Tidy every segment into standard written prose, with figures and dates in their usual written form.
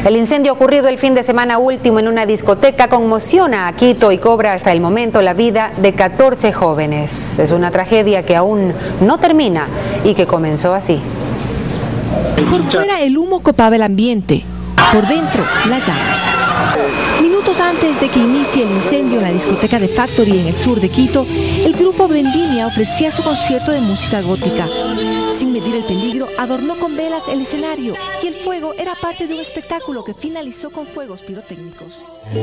El incendio ocurrido el fin de semana último en una discoteca conmociona a Quito y cobra hasta el momento la vida de 14 jóvenes. Es una tragedia que aún no termina y que comenzó así. Por fuera el humo copaba el ambiente, por dentro las llamas. Minutos antes de que inicie el incendio en la discoteca de Factory en el sur de Quito, el grupo Vendimia ofrecía su concierto de música gótica. Sin medir el peligro, adornó con velas el escenario y el fuego era parte de un espectáculo que finalizó con fuegos pirotécnicos.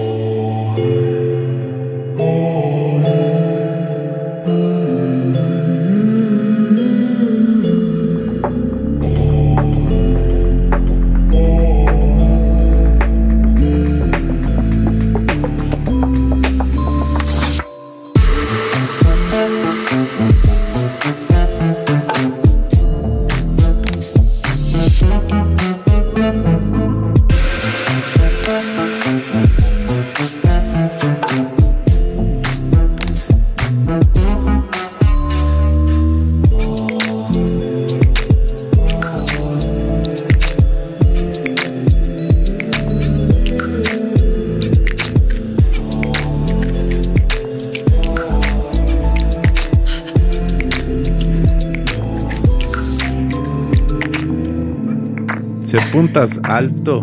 Si apuntas alto,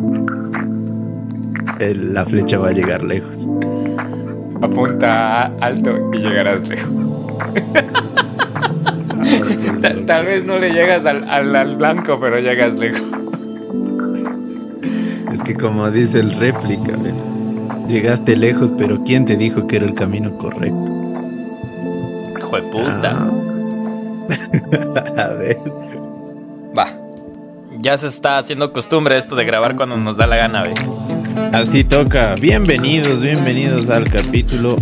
la flecha va a llegar lejos. Apunta alto y llegarás lejos. Tal vez no le llegas al blanco, pero llegas lejos. Es que como dice el réplica, llegaste lejos, pero ¿quién te dijo que era el camino correcto? Hijo de puta. A ver. Va. Ya se está haciendo costumbre esto de grabar cuando nos da la gana, ve. Así toca. Bienvenidos al capítulo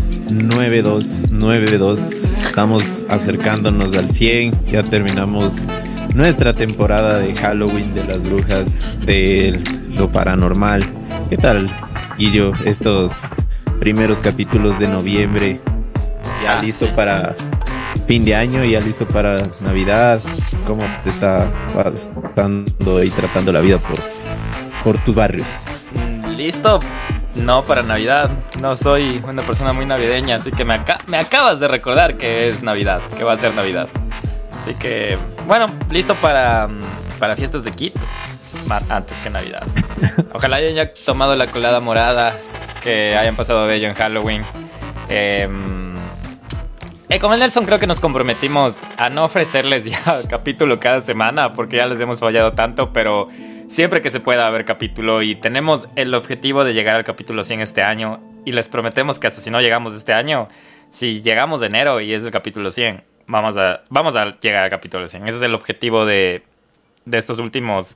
92. Estamos acercándonos al 100. Ya terminamos nuestra temporada de Halloween, de las brujas, de lo paranormal. ¿Qué tal, Guillo? Estos primeros capítulos de noviembre. Ya listo para fin de año, ya listo para Navidad. ¿Cómo te está pasando y tratando la vida por tu barrio? Listo, no para Navidad. No soy una persona muy navideña, así que me acabas de recordar que es Navidad, que va a ser Navidad. Así que, bueno, listo para fiestas de Quito, antes que Navidad. Ojalá hayan ya tomado la colada morada, que hayan pasado bello en Halloween. Con el Nelson creo que nos comprometimos a no ofrecerles ya capítulo cada semana, porque ya les hemos fallado tanto, pero siempre que se pueda haber capítulo, y tenemos el objetivo de llegar al capítulo 100 este año, y les prometemos que hasta si no llegamos este año, si llegamos de enero y es el capítulo 100, vamos a llegar al capítulo 100. Ese es el objetivo de estos últimos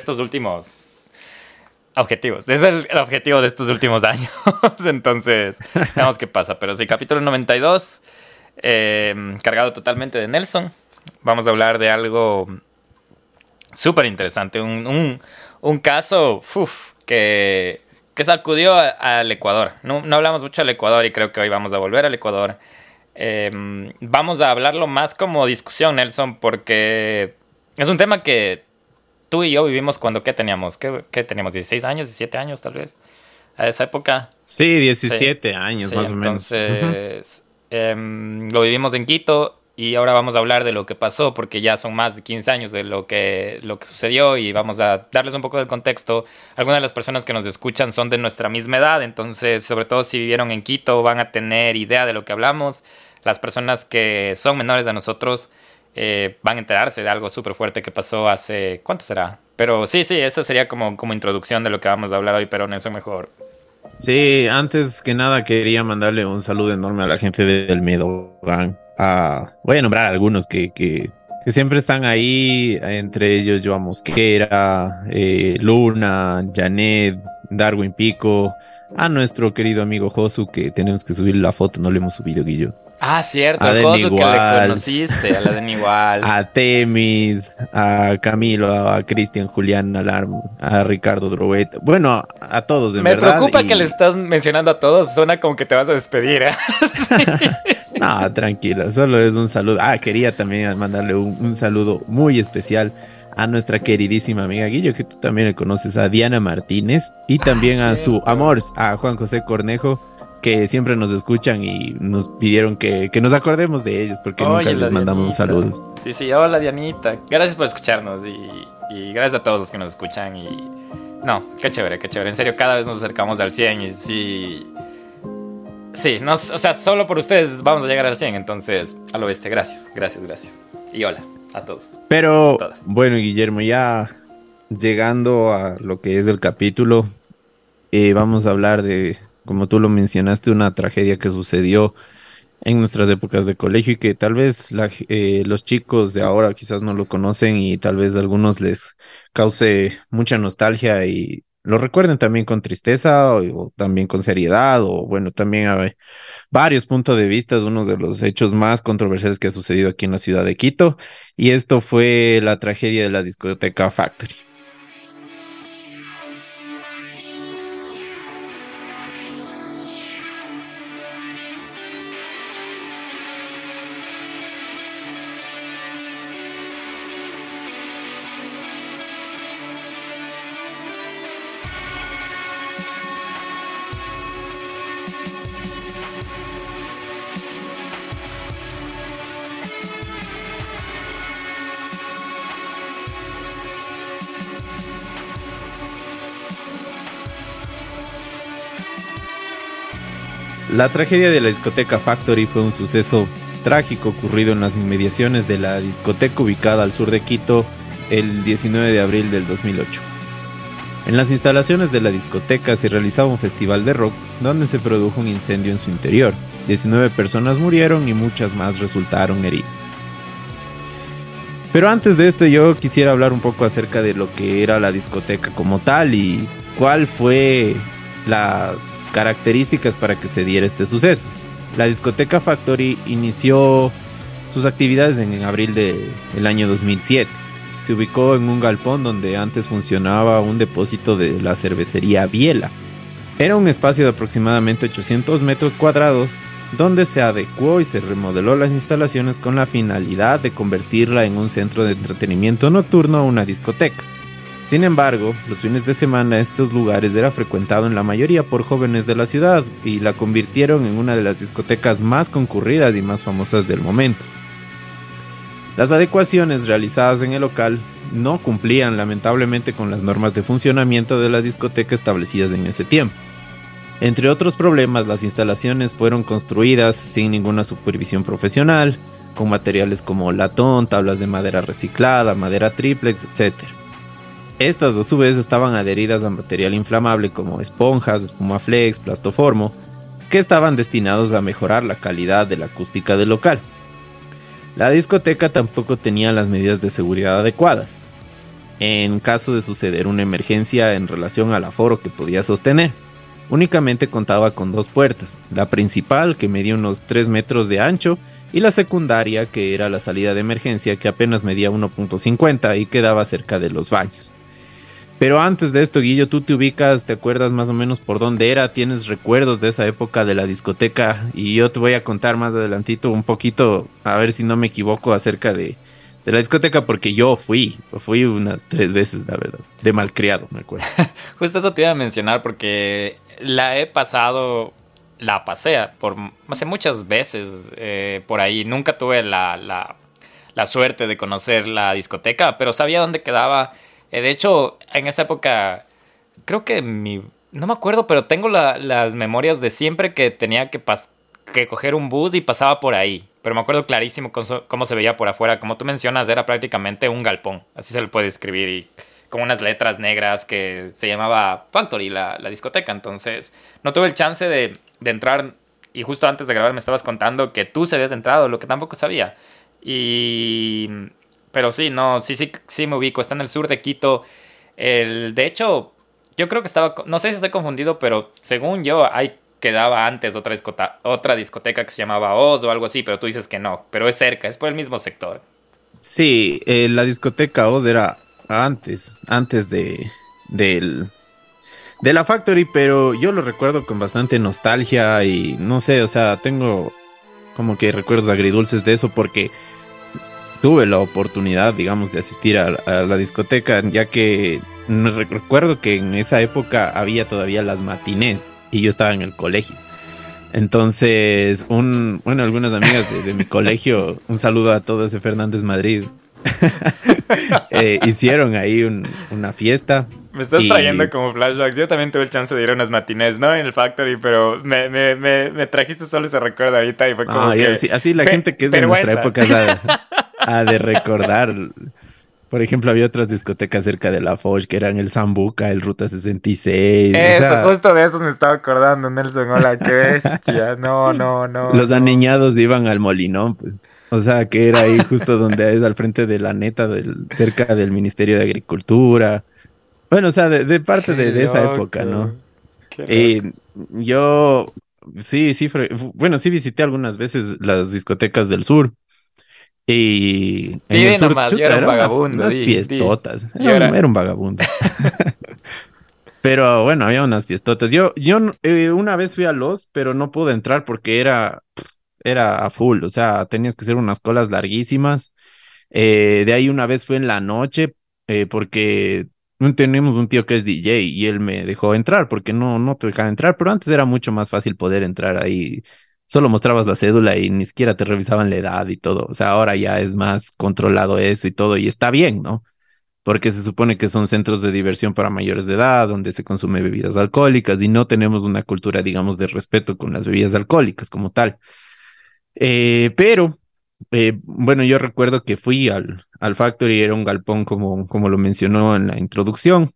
objetivos. Ese es el objetivo de estos últimos años. Entonces, veamos qué pasa. Pero sí, capítulo 92... cargado totalmente de Nelson. Vamos a hablar de algo súper interesante, un caso que sacudió al Ecuador. No hablamos mucho del Ecuador y creo que hoy vamos a volver al Ecuador. Vamos a hablarlo más como discusión, Nelson, porque es un tema que tú y yo vivimos cuando ¿qué teníamos? ¿Qué teníamos? ¿16 años? ¿17 años tal vez? A esa época. Sí, 17 años sí, más o menos. Entonces... lo vivimos en Quito y ahora vamos a hablar de lo que pasó, porque ya son más de 15 años de lo que sucedió, y vamos a darles un poco del contexto. Algunas de las personas que nos escuchan son de nuestra misma edad, entonces sobre todo si vivieron en Quito van a tener idea de lo que hablamos. Las personas que son menores a nosotros van a enterarse de algo súper fuerte que pasó hace... ¿Cuánto será? Pero sí, eso sería como introducción de lo que vamos a hablar hoy, pero Nelson, mejor... Sí, antes que nada quería mandarle un saludo enorme a la gente del Medogan. Voy a nombrar a algunos que siempre están ahí, entre ellos Joan Mosquera, Luna, Janet, Darwin Pico, a nuestro querido amigo Josu, que tenemos que subir la foto, no le hemos subido, Guillo. Ah, cierto, a Josu, que le conociste, a la Den Igual. A Temis, a Camilo, a Cristian, Julián Alarm, a Ricardo Drouet. Bueno, a todos, de verdad. Me preocupa que le estás mencionando a todos, suena como que te vas a despedir, ¿eh? Sí. No, tranquila, solo es un saludo. Quería también mandarle un saludo muy especial a nuestra queridísima amiga Guillo, que tú también le conoces, a Diana Martínez, y también a Sí. su amor, a Juan José Cornejo, que siempre nos escuchan y nos pidieron que nos acordemos de ellos, porque nunca Oye, la les mandamos Dianita. saludos. Sí, sí, hola Dianita. Gracias por escucharnos y gracias a todos los que nos escuchan. Y no, qué chévere, qué chévere. En serio, cada vez nos acercamos al 100 y sí. Sí, o sea, solo por ustedes vamos a llegar al 100. Entonces, a lo bestia, gracias, gracias, gracias. Y hola a todos. Pero Todas. bueno, Guillermo, ya llegando a lo que es el capítulo, vamos a hablar de, como tú lo mencionaste, una tragedia que sucedió en nuestras épocas de colegio y que tal vez los chicos de ahora quizás no lo conocen y tal vez a algunos les cause mucha nostalgia y lo recuerden también con tristeza o también con seriedad o bueno, también hay varios puntos de vista de uno de los hechos más controversiales que ha sucedido aquí en la ciudad de Quito y esto fue la tragedia de la discoteca Factory. La tragedia de la discoteca Factory fue un suceso trágico ocurrido en las inmediaciones de la discoteca ubicada al sur de Quito el 19 de abril del 2008. En las instalaciones de la discoteca se realizaba un festival de rock donde se produjo un incendio en su interior. 19 personas murieron y muchas más resultaron heridas. Pero antes de esto yo quisiera hablar un poco acerca de lo que era la discoteca como tal y cuál fue las características para que se diera este suceso. La discoteca Factory inició sus actividades en abril del año 2007. Se ubicó en un galpón donde antes funcionaba un depósito de la cervecería Biela. Era un espacio de aproximadamente 800 metros cuadrados donde se adecuó y se remodeló las instalaciones con la finalidad de convertirla en un centro de entretenimiento nocturno o una discoteca. Sin embargo, los fines de semana estos lugares era frecuentado en la mayoría por jóvenes de la ciudad y la convirtieron en una de las discotecas más concurridas y más famosas del momento. Las adecuaciones realizadas en el local no cumplían lamentablemente con las normas de funcionamiento de la discoteca establecidas en ese tiempo. Entre otros problemas, las instalaciones fueron construidas sin ninguna supervisión profesional, con materiales como latón, tablas de madera reciclada, madera triplex, etc. Estas a su vez estaban adheridas a material inflamable como esponjas, espuma flex, plastoformo, que estaban destinados a mejorar la calidad de la acústica del local. La discoteca tampoco tenía las medidas de seguridad adecuadas, en caso de suceder una emergencia en relación al aforo que podía sostener. Únicamente contaba con dos puertas, la principal que medía unos 3 metros de ancho y la secundaria que era la salida de emergencia que apenas medía 1.50 y quedaba cerca de los baños. Pero antes de esto, Guillo, tú te ubicas, te acuerdas más o menos por dónde era, tienes recuerdos de esa época de la discoteca y yo te voy a contar más adelantito un poquito, a ver si no me equivoco acerca de la discoteca porque yo fui unas 3 veces, la verdad, de malcriado, me acuerdo. Justo eso te iba a mencionar porque la pasé por hace muchas veces por ahí. Nunca tuve la suerte de conocer la discoteca, pero sabía dónde quedaba. De hecho, en esa época, creo que no me acuerdo, pero tengo las memorias de siempre que tenía que coger un bus y pasaba por ahí. Pero me acuerdo clarísimo cómo se veía por afuera. Como tú mencionas, era prácticamente un galpón. Así se le puede describir. Y con unas letras negras que se llamaba Factory, la discoteca. Entonces, no tuve el chance de entrar. Y justo antes de grabar me estabas contando que tú se habías entrado, lo que tampoco sabía. Pero sí, no, sí me ubico. Está en el sur de Quito. De hecho, yo creo que no sé si estoy confundido, pero según yo, ahí quedaba antes otra discoteca que se llamaba Oz o algo así, pero tú dices que no. Pero es cerca, es por el mismo sector. Sí, la discoteca Oz era antes de la Factory, pero yo lo recuerdo con bastante nostalgia y no sé, o sea, tengo como que recuerdos agridulces de eso porque tuve la oportunidad, digamos, de asistir a la discoteca, ya que recuerdo que en esa época había todavía las matinés y yo estaba en el colegio. Entonces, algunas amigas de mi colegio, un saludo a todo ese Fernández Madrid, hicieron ahí una fiesta. Me estás trayendo como flashbacks. Yo también tuve el chance de ir a unas matinés, ¿no? En el Factory, pero me trajiste solo ese recuerdo ahorita y fue como que... Así la gente que es de nuestra época ha de recordar. Por ejemplo, había otras discotecas cerca de la Foch que eran el Zambuca, el Ruta 66. Eso, justo de esos me estaba acordando, Nelson. Hola, qué bestia. No. Los aniñados iban al Molinón, pues. O sea, que era ahí justo donde es al frente de la neta, cerca del Ministerio de Agricultura. Bueno, o sea, de parte de esa época, ¿no? Yo, sí, sí visité algunas veces las discotecas del sur. Y en el sur, nomás, yo era un vagabundo. Unas fiestotas. Era un vagabundo. Pero bueno, había unas fiestotas. Yo una vez fui a pero no pude entrar porque era a full. O sea, tenías que hacer unas colas larguísimas. De ahí una vez fue en la noche porque tenemos un tío que es DJ y él me dejó entrar porque no te dejaba entrar. Pero antes era mucho más fácil poder entrar ahí. Solo mostrabas la cédula y ni siquiera te revisaban la edad y todo. O sea, ahora ya es más controlado eso y todo. Y está bien, ¿no? Porque se supone que son centros de diversión para mayores de edad, donde se consume bebidas alcohólicas y no tenemos una cultura, digamos, de respeto con las bebidas alcohólicas como tal. Pero, bueno, yo recuerdo que fui al Factory, era un galpón como lo mencionó en la introducción.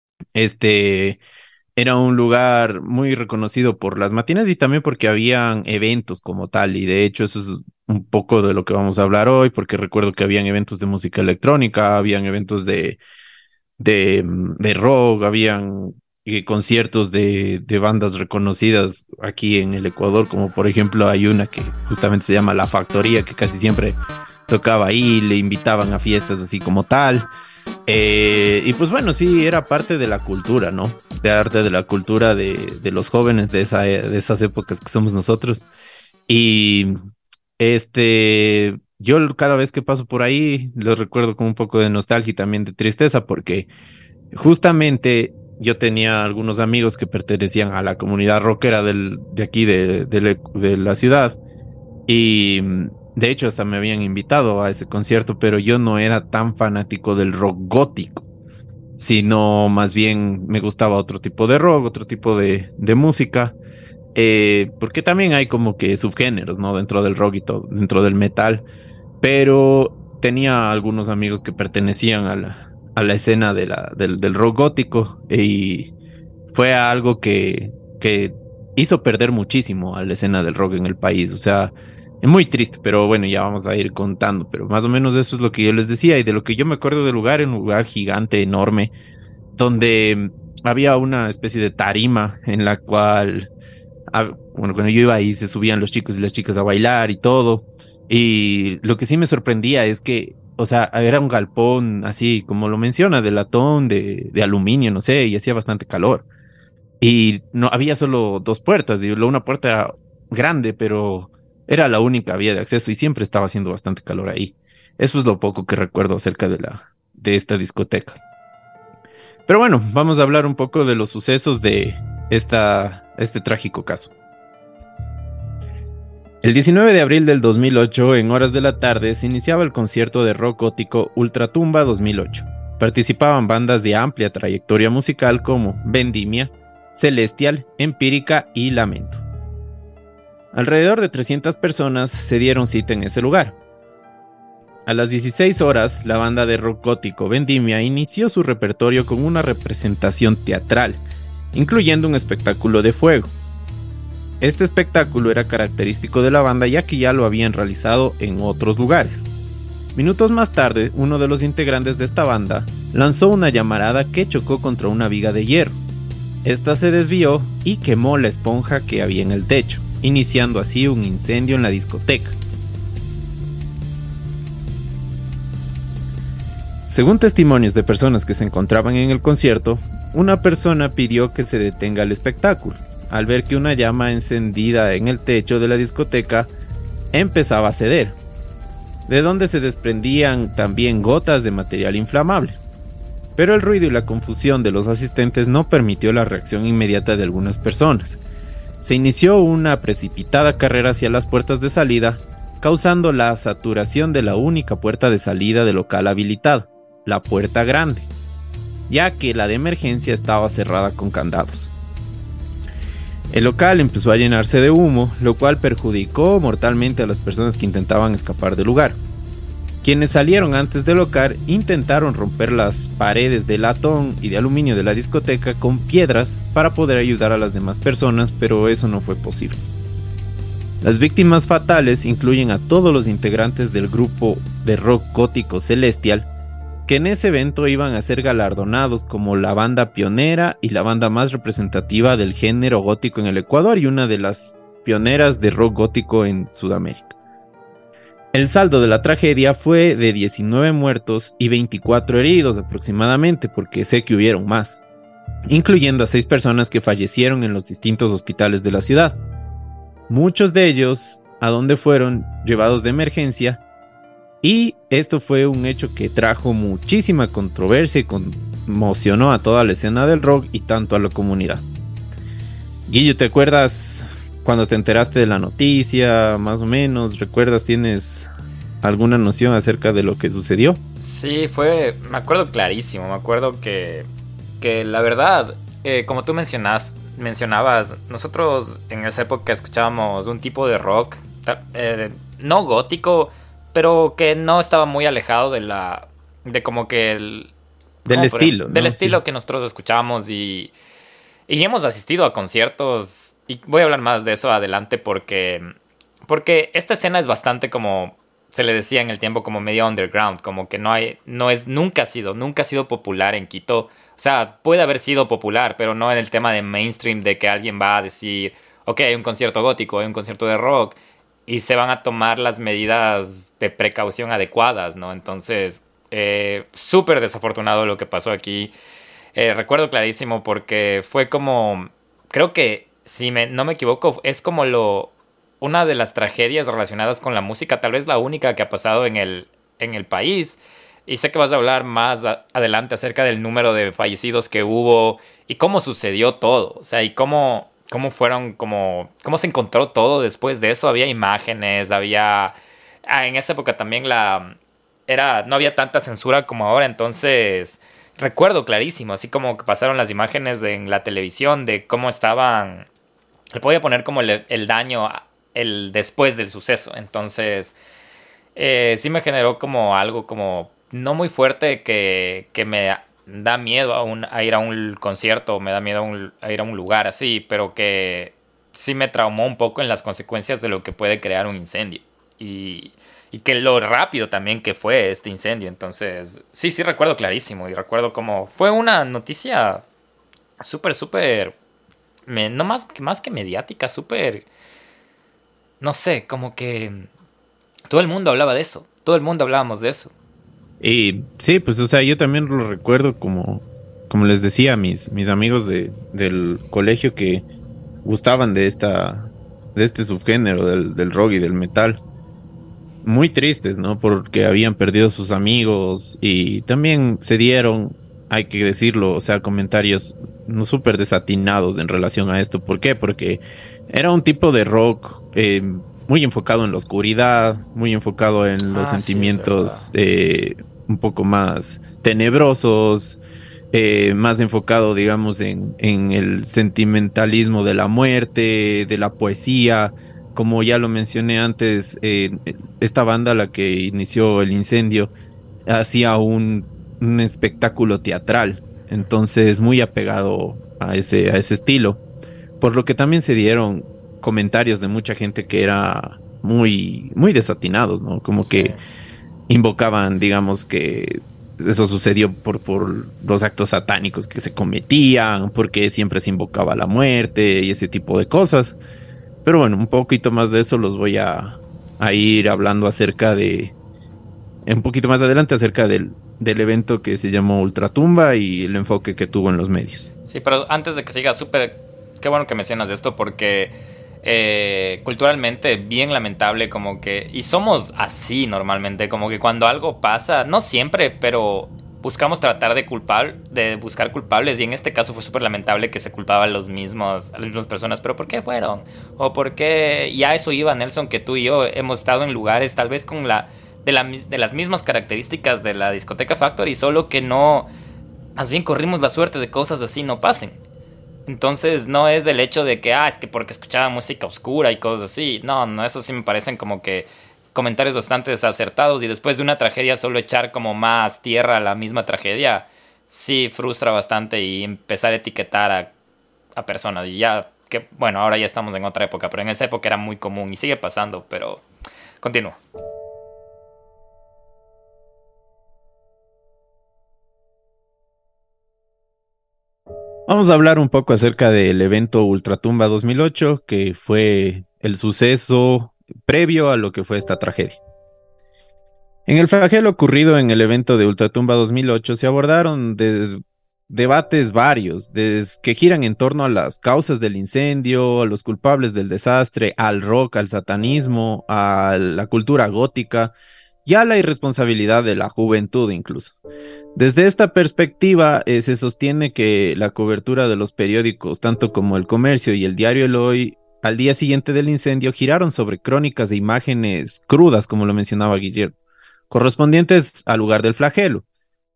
Era un lugar muy reconocido por las matines y también porque habían eventos como tal. Y de hecho eso es un poco de lo que vamos a hablar hoy, porque recuerdo que habían eventos de música electrónica, habían eventos de rock, habían conciertos de bandas reconocidas aquí en el Ecuador, como por ejemplo hay una que justamente se llama La Factoría, que casi siempre tocaba ahí, le invitaban a fiestas así como tal. Y pues bueno, sí, era parte de la cultura, ¿no? De la cultura de los jóvenes de esas épocas que somos nosotros. Y yo cada vez que paso por ahí lo recuerdo con un poco de nostalgia y también de tristeza, porque justamente yo tenía algunos amigos que pertenecían a la comunidad rockera de aquí, de la ciudad. Y de hecho hasta me habían invitado a ese concierto, pero yo no era tan fanático del rock gótico, sino más bien me gustaba otro tipo de rock, otro tipo de música, porque también hay como que subgéneros, ¿no? Dentro del rock y todo, dentro del metal, pero tenía algunos amigos que pertenecían a la escena del rock gótico y fue algo que hizo perder muchísimo a la escena del rock en el país, o sea... Es muy triste, pero bueno, ya vamos a ir contando, pero más o menos eso es lo que yo les decía y de lo que yo me acuerdo del lugar, un lugar gigante, enorme, donde había una especie de tarima en la cual, bueno, cuando yo iba ahí se subían los chicos y las chicas a bailar y todo, y lo que sí me sorprendía es que, o sea, era un galpón así, como lo menciona, de latón, de aluminio, no sé, y hacía bastante calor, y no había solo dos puertas, y una puerta era grande, pero... Era la única vía de acceso y siempre estaba haciendo bastante calor ahí. Eso es lo poco que recuerdo acerca de esta discoteca. Pero bueno, vamos a hablar un poco de los sucesos de este trágico caso. El 19 de abril del 2008, en horas de la tarde, se iniciaba el concierto de rock gótico Ultratumba 2008. Participaban bandas de amplia trayectoria musical como Vendimia, Celestial, Empírica y Lamento. Alrededor de 300 personas se dieron cita en ese lugar. A las 16 horas, la banda de rock gótico Vendimia inició su repertorio con una representación teatral, incluyendo un espectáculo de fuego. Este espectáculo era característico de la banda ya que ya lo habían realizado en otros lugares. Minutos más tarde, uno de los integrantes de esta banda lanzó una llamarada que chocó contra una viga de hierro. Esta se desvió y quemó la esponja que había en el techo, iniciando así un incendio en la discoteca. Según testimonios de personas que se encontraban en el concierto, una persona pidió que se detenga el espectáculo, al ver que una llama encendida en el techo de la discoteca empezaba a ceder. de donde se desprendían también gotas de material inflamable. Pero el ruido y la confusión de los asistentes no permitió la reacción inmediata de algunas personas. Se inició una precipitada carrera hacia las puertas de salida, causando la saturación de la única puerta de salida del local habilitado, la puerta grande, ya que la de emergencia estaba cerrada con candados. El local empezó a llenarse de humo, lo cual perjudicó mortalmente a las personas que intentaban escapar del lugar. Quienes salieron antes del local intentaron romper las paredes de latón y de aluminio de la discoteca con piedras para poder ayudar a las demás personas, pero eso no fue posible. Las víctimas fatales incluyen a todos los integrantes del grupo de rock gótico Celestial, que en ese evento iban a ser galardonados como la banda pionera y la banda más representativa del género gótico en el Ecuador y una de las pioneras de rock gótico en Sudamérica. El saldo de la tragedia fue de 19 muertos y 24 heridos aproximadamente, porque sé que hubieron más, incluyendo a 6 personas que fallecieron en los distintos hospitales de la ciudad. Muchos de ellos a donde fueron llevados de emergencia, y esto fue un hecho que trajo muchísima controversia y conmocionó a toda la escena del rock y tanto a la comunidad. Guillo, ¿te acuerdas cuando te enteraste de la noticia? Más o menos, ¿recuerdas? ¿Tienes alguna noción acerca de lo que sucedió? Sí, me acuerdo clarísimo, me acuerdo que la verdad, como tú mencionabas, nosotros en esa época escuchábamos un tipo de rock, no gótico, pero que no estaba muy alejado de como que del estilo, del ¿no? estilo Sí. que nosotros escuchábamos y hemos asistido a conciertos, y voy a hablar más de eso adelante porque esta escena es bastante, como se le decía en el tiempo, como medio underground, como que nunca ha sido popular en Quito. O sea, puede haber sido popular, pero no en el tema de mainstream, de que alguien va a decir, ok, hay un concierto gótico, hay un concierto de rock, y se van a tomar las medidas de precaución adecuadas, ¿no? Entonces, súper desafortunado lo que pasó aquí. Recuerdo clarísimo porque fue como, creo que, si no me equivoco, es como una de las tragedias relacionadas con la música, tal vez la única que ha pasado en el país. Y sé que vas a hablar más adelante acerca del número de fallecidos que hubo y cómo sucedió todo. O sea, y cómo se encontró todo después de eso. Había imágenes, en esa época también no había tanta censura como ahora, entonces recuerdo clarísimo, así como que pasaron las imágenes en la televisión de cómo estaban. Le podía poner como el daño después del suceso. Entonces sí me generó como algo como no muy fuerte, que me da miedo a ir a un concierto, me da miedo a ir a un lugar así, pero que sí me traumó un poco en las consecuencias de lo que puede crear un incendio y que lo rápido también que fue este incendio. Entonces sí recuerdo clarísimo, y recuerdo cómo fue una noticia súper no más que mediática, súper, no sé, como que todo el mundo hablaba de eso, todo el mundo hablábamos de eso. Y sí, pues o sea, yo también lo recuerdo como les decía a mis amigos del colegio que gustaban de este subgénero del rock y del metal. Muy tristes, ¿no? Porque habían perdido a sus amigos y también se dieron, hay que decirlo, o sea, comentarios no súper desatinados en relación a esto. ¿Por qué? Porque era un tipo de rock muy enfocado en la oscuridad, muy enfocado en los sentimientos un poco más tenebrosos, más enfocado, digamos, en el sentimentalismo de la muerte, de la poesía. Como ya lo mencioné antes, esta banda, la que inició el incendio, hacía un espectáculo teatral, entonces muy apegado a ese estilo, por lo que también se dieron comentarios de mucha gente que era muy desatinados, ¿no? Como sí, que invocaban, digamos, que eso sucedió por los actos satánicos que se cometían, porque siempre se invocaba la muerte y ese tipo de cosas. Pero bueno, un poquito más de eso los voy a ir hablando un poquito más adelante acerca del evento que se llamó Ultratumba y el enfoque que tuvo en los medios. Sí, pero antes de que siga, qué bueno que mencionas esto, porque culturalmente bien lamentable, como que, y somos así normalmente, como que cuando algo pasa, no siempre, pero buscamos tratar de buscar culpables, y en este caso fue súper lamentable que se culpaba a las mismas personas. Pero ¿por qué fueron? O ¿por qué? Y a eso iba, Nelson, que tú y yo hemos estado en lugares tal vez con de las mismas características de la discoteca Factory, solo que no, más bien corrimos la suerte de cosas así no pasen. Entonces no es del hecho de que, es que porque escuchaba música oscura y cosas así. No, eso sí me parecen como que comentarios bastante desacertados, y después de una tragedia solo echar como más tierra a la misma tragedia sí frustra bastante, y empezar a etiquetar a personas. Y ya, que bueno, ahora ya estamos en otra época, pero en esa época era muy común y sigue pasando, pero continúo. Vamos a hablar un poco acerca del evento Ultratumba 2008, que fue el suceso previo a lo que fue esta tragedia. En el flagelo ocurrido en el evento de Ultratumba 2008 se abordaron debates varios, que giran en torno a las causas del incendio, a los culpables del desastre, al rock, al satanismo, a la cultura gótica y a la irresponsabilidad de la juventud incluso. Desde esta perspectiva, se sostiene que la cobertura de los periódicos, tanto como El Comercio y el diario El Hoy, al día siguiente del incendio, giraron sobre crónicas e imágenes crudas, como lo mencionaba Guillermo, correspondientes al lugar del flagelo.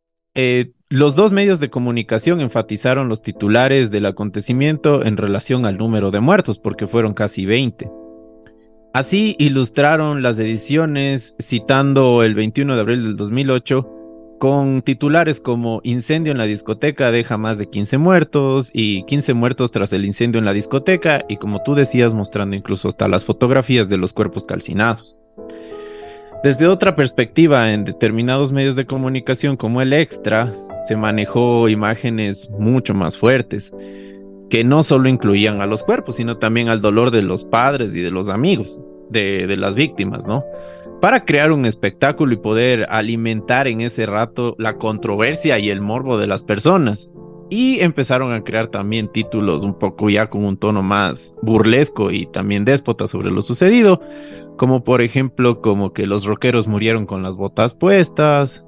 Los dos medios de comunicación enfatizaron los titulares del acontecimiento en relación al número de muertos, porque fueron casi 20. Así ilustraron las ediciones citando el 21 de abril del 2008 con titulares como "Incendio en la discoteca deja más de 15 muertos" y "15 muertos tras el incendio en la discoteca", y como tú decías, mostrando incluso hasta las fotografías de los cuerpos calcinados. Desde otra perspectiva, en determinados medios de comunicación como El Extra, se manejó imágenes mucho más fuertes, que no solo incluían a los cuerpos, sino también al dolor de los padres y de los amigos de las víctimas, ¿no? Para crear un espectáculo y poder alimentar en ese rato la controversia y el morbo de las personas. Y empezaron a crear también títulos un poco ya con un tono más burlesco y también déspota sobre lo sucedido, como por ejemplo, como que los rockeros murieron con las botas puestas,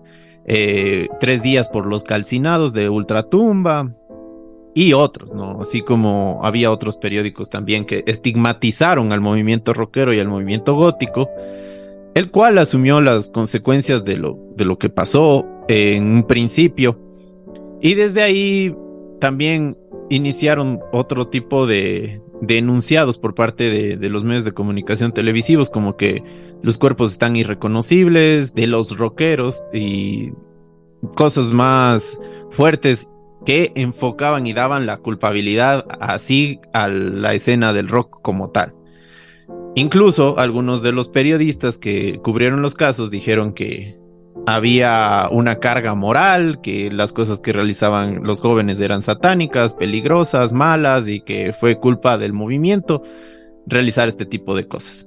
3 días por los calcinados de Ultratumba y otros, ¿no? Así como había otros periódicos también que estigmatizaron al movimiento rockero y al movimiento gótico, el cual asumió las consecuencias de lo que pasó en un principio, y desde ahí también iniciaron otro tipo de enunciados por parte de los medios de comunicación televisivos, como que los cuerpos están irreconocibles de los rockeros y cosas más fuertes que enfocaban y daban la culpabilidad así a la escena del rock como tal. Incluso algunos de los periodistas que cubrieron los casos dijeron que había una carga moral, que las cosas que realizaban los jóvenes eran satánicas, peligrosas, malas, y que fue culpa del movimiento realizar este tipo de cosas.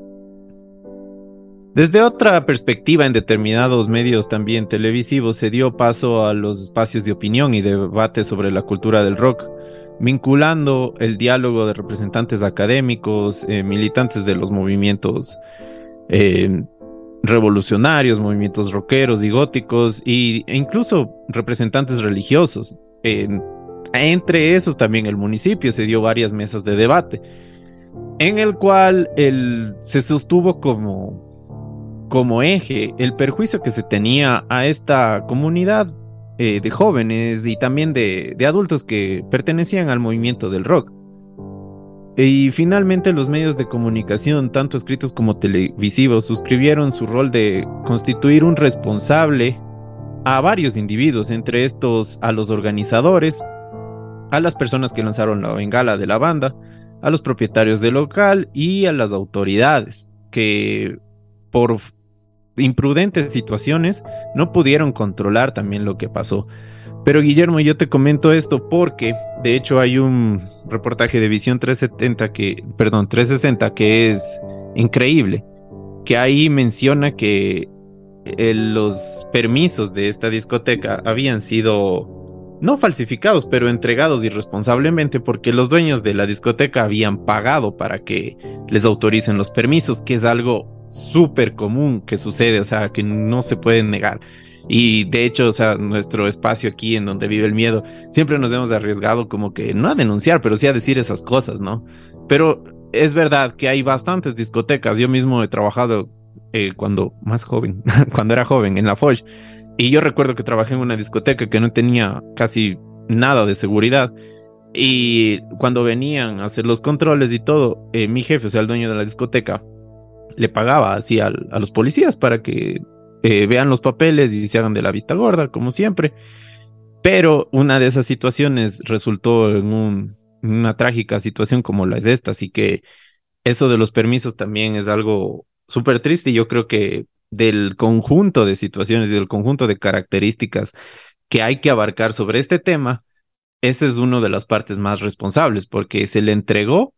Desde otra perspectiva, en determinados medios también televisivos se dio paso a los espacios de opinión y debate sobre la cultura del rock, vinculando el diálogo de representantes académicos, militantes de los movimientos revolucionarios, movimientos rockeros y góticos, e incluso representantes religiosos. Entre esos también el municipio se dio varias mesas de debate, en el cual se sostuvo como eje el perjuicio que se tenía a esta comunidad de jóvenes y también de adultos que pertenecían al movimiento del rock. Y finalmente los medios de comunicación, tanto escritos como televisivos, suscribieron su rol de constituir un responsable a varios individuos, entre estos a los organizadores, a las personas que lanzaron la bengala de la banda, a los propietarios del local y a las autoridades, que por imprudentes situaciones no pudieron controlar también lo que pasó. Pero Guillermo, yo te comento esto porque de hecho hay un reportaje de Visión 360 que es increíble, que ahí menciona que los permisos de esta discoteca habían sido no falsificados, pero entregados irresponsablemente porque los dueños de la discoteca habían pagado para que les autoricen los permisos, que es algo súper común que sucede, o sea, que no se puede negar. Y de hecho, o sea, nuestro espacio aquí en donde vive el miedo, siempre nos hemos arriesgado como que no a denunciar, pero sí a decir esas cosas, ¿no? Pero es verdad que hay bastantes discotecas. Yo mismo he trabajado cuando más joven, cuando era joven, en la Foch. Y yo recuerdo que trabajé en una discoteca que no tenía casi nada de seguridad. Y cuando venían a hacer los controles y todo, mi jefe, o sea, el dueño de la discoteca, le pagaba así a los policías para que vean los papeles y se hagan de la vista gorda, como siempre. Pero una de esas situaciones resultó en una trágica situación como la es esta. Así que eso de los permisos también es algo súper triste y yo creo que del conjunto de situaciones y del conjunto de características que hay que abarcar sobre este tema, esa es una de las partes más responsables porque se le entregó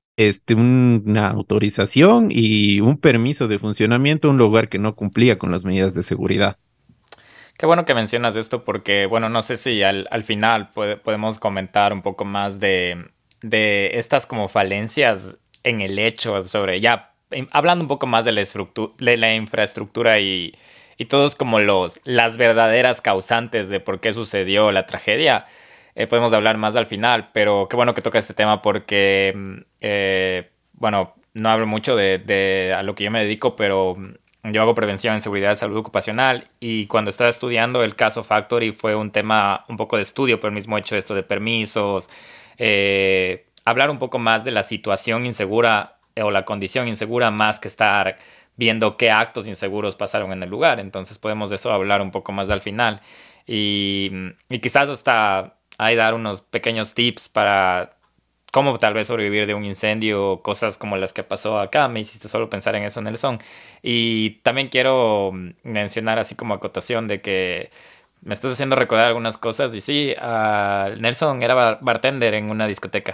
una autorización y un permiso de funcionamiento a un lugar que no cumplía con las medidas de seguridad. Qué bueno que mencionas esto porque, bueno, no sé si al final podemos comentar un poco más de estas como falencias en el hecho sobre, ya hablando un poco más de la infraestructura y todos como las verdaderas causantes de por qué sucedió la tragedia. Podemos hablar más al final, pero qué bueno que toca este tema porque, bueno, no hablo mucho de a lo que yo me dedico, pero yo hago prevención en seguridad de salud ocupacional y cuando estaba estudiando el caso Factory fue un tema un poco de estudio por el mismo hecho de esto de permisos, hablar un poco más de la situación insegura o la condición insegura más que estar viendo qué actos inseguros pasaron en el lugar. Entonces podemos de eso hablar un poco más al final y quizás hasta ahí dar unos pequeños tips para cómo tal vez sobrevivir de un incendio, cosas como las que pasó acá. Me hiciste solo pensar en eso, Nelson. Y también quiero mencionar así como acotación de que me estás haciendo recordar algunas cosas. Y sí, Nelson era bartender en una discoteca.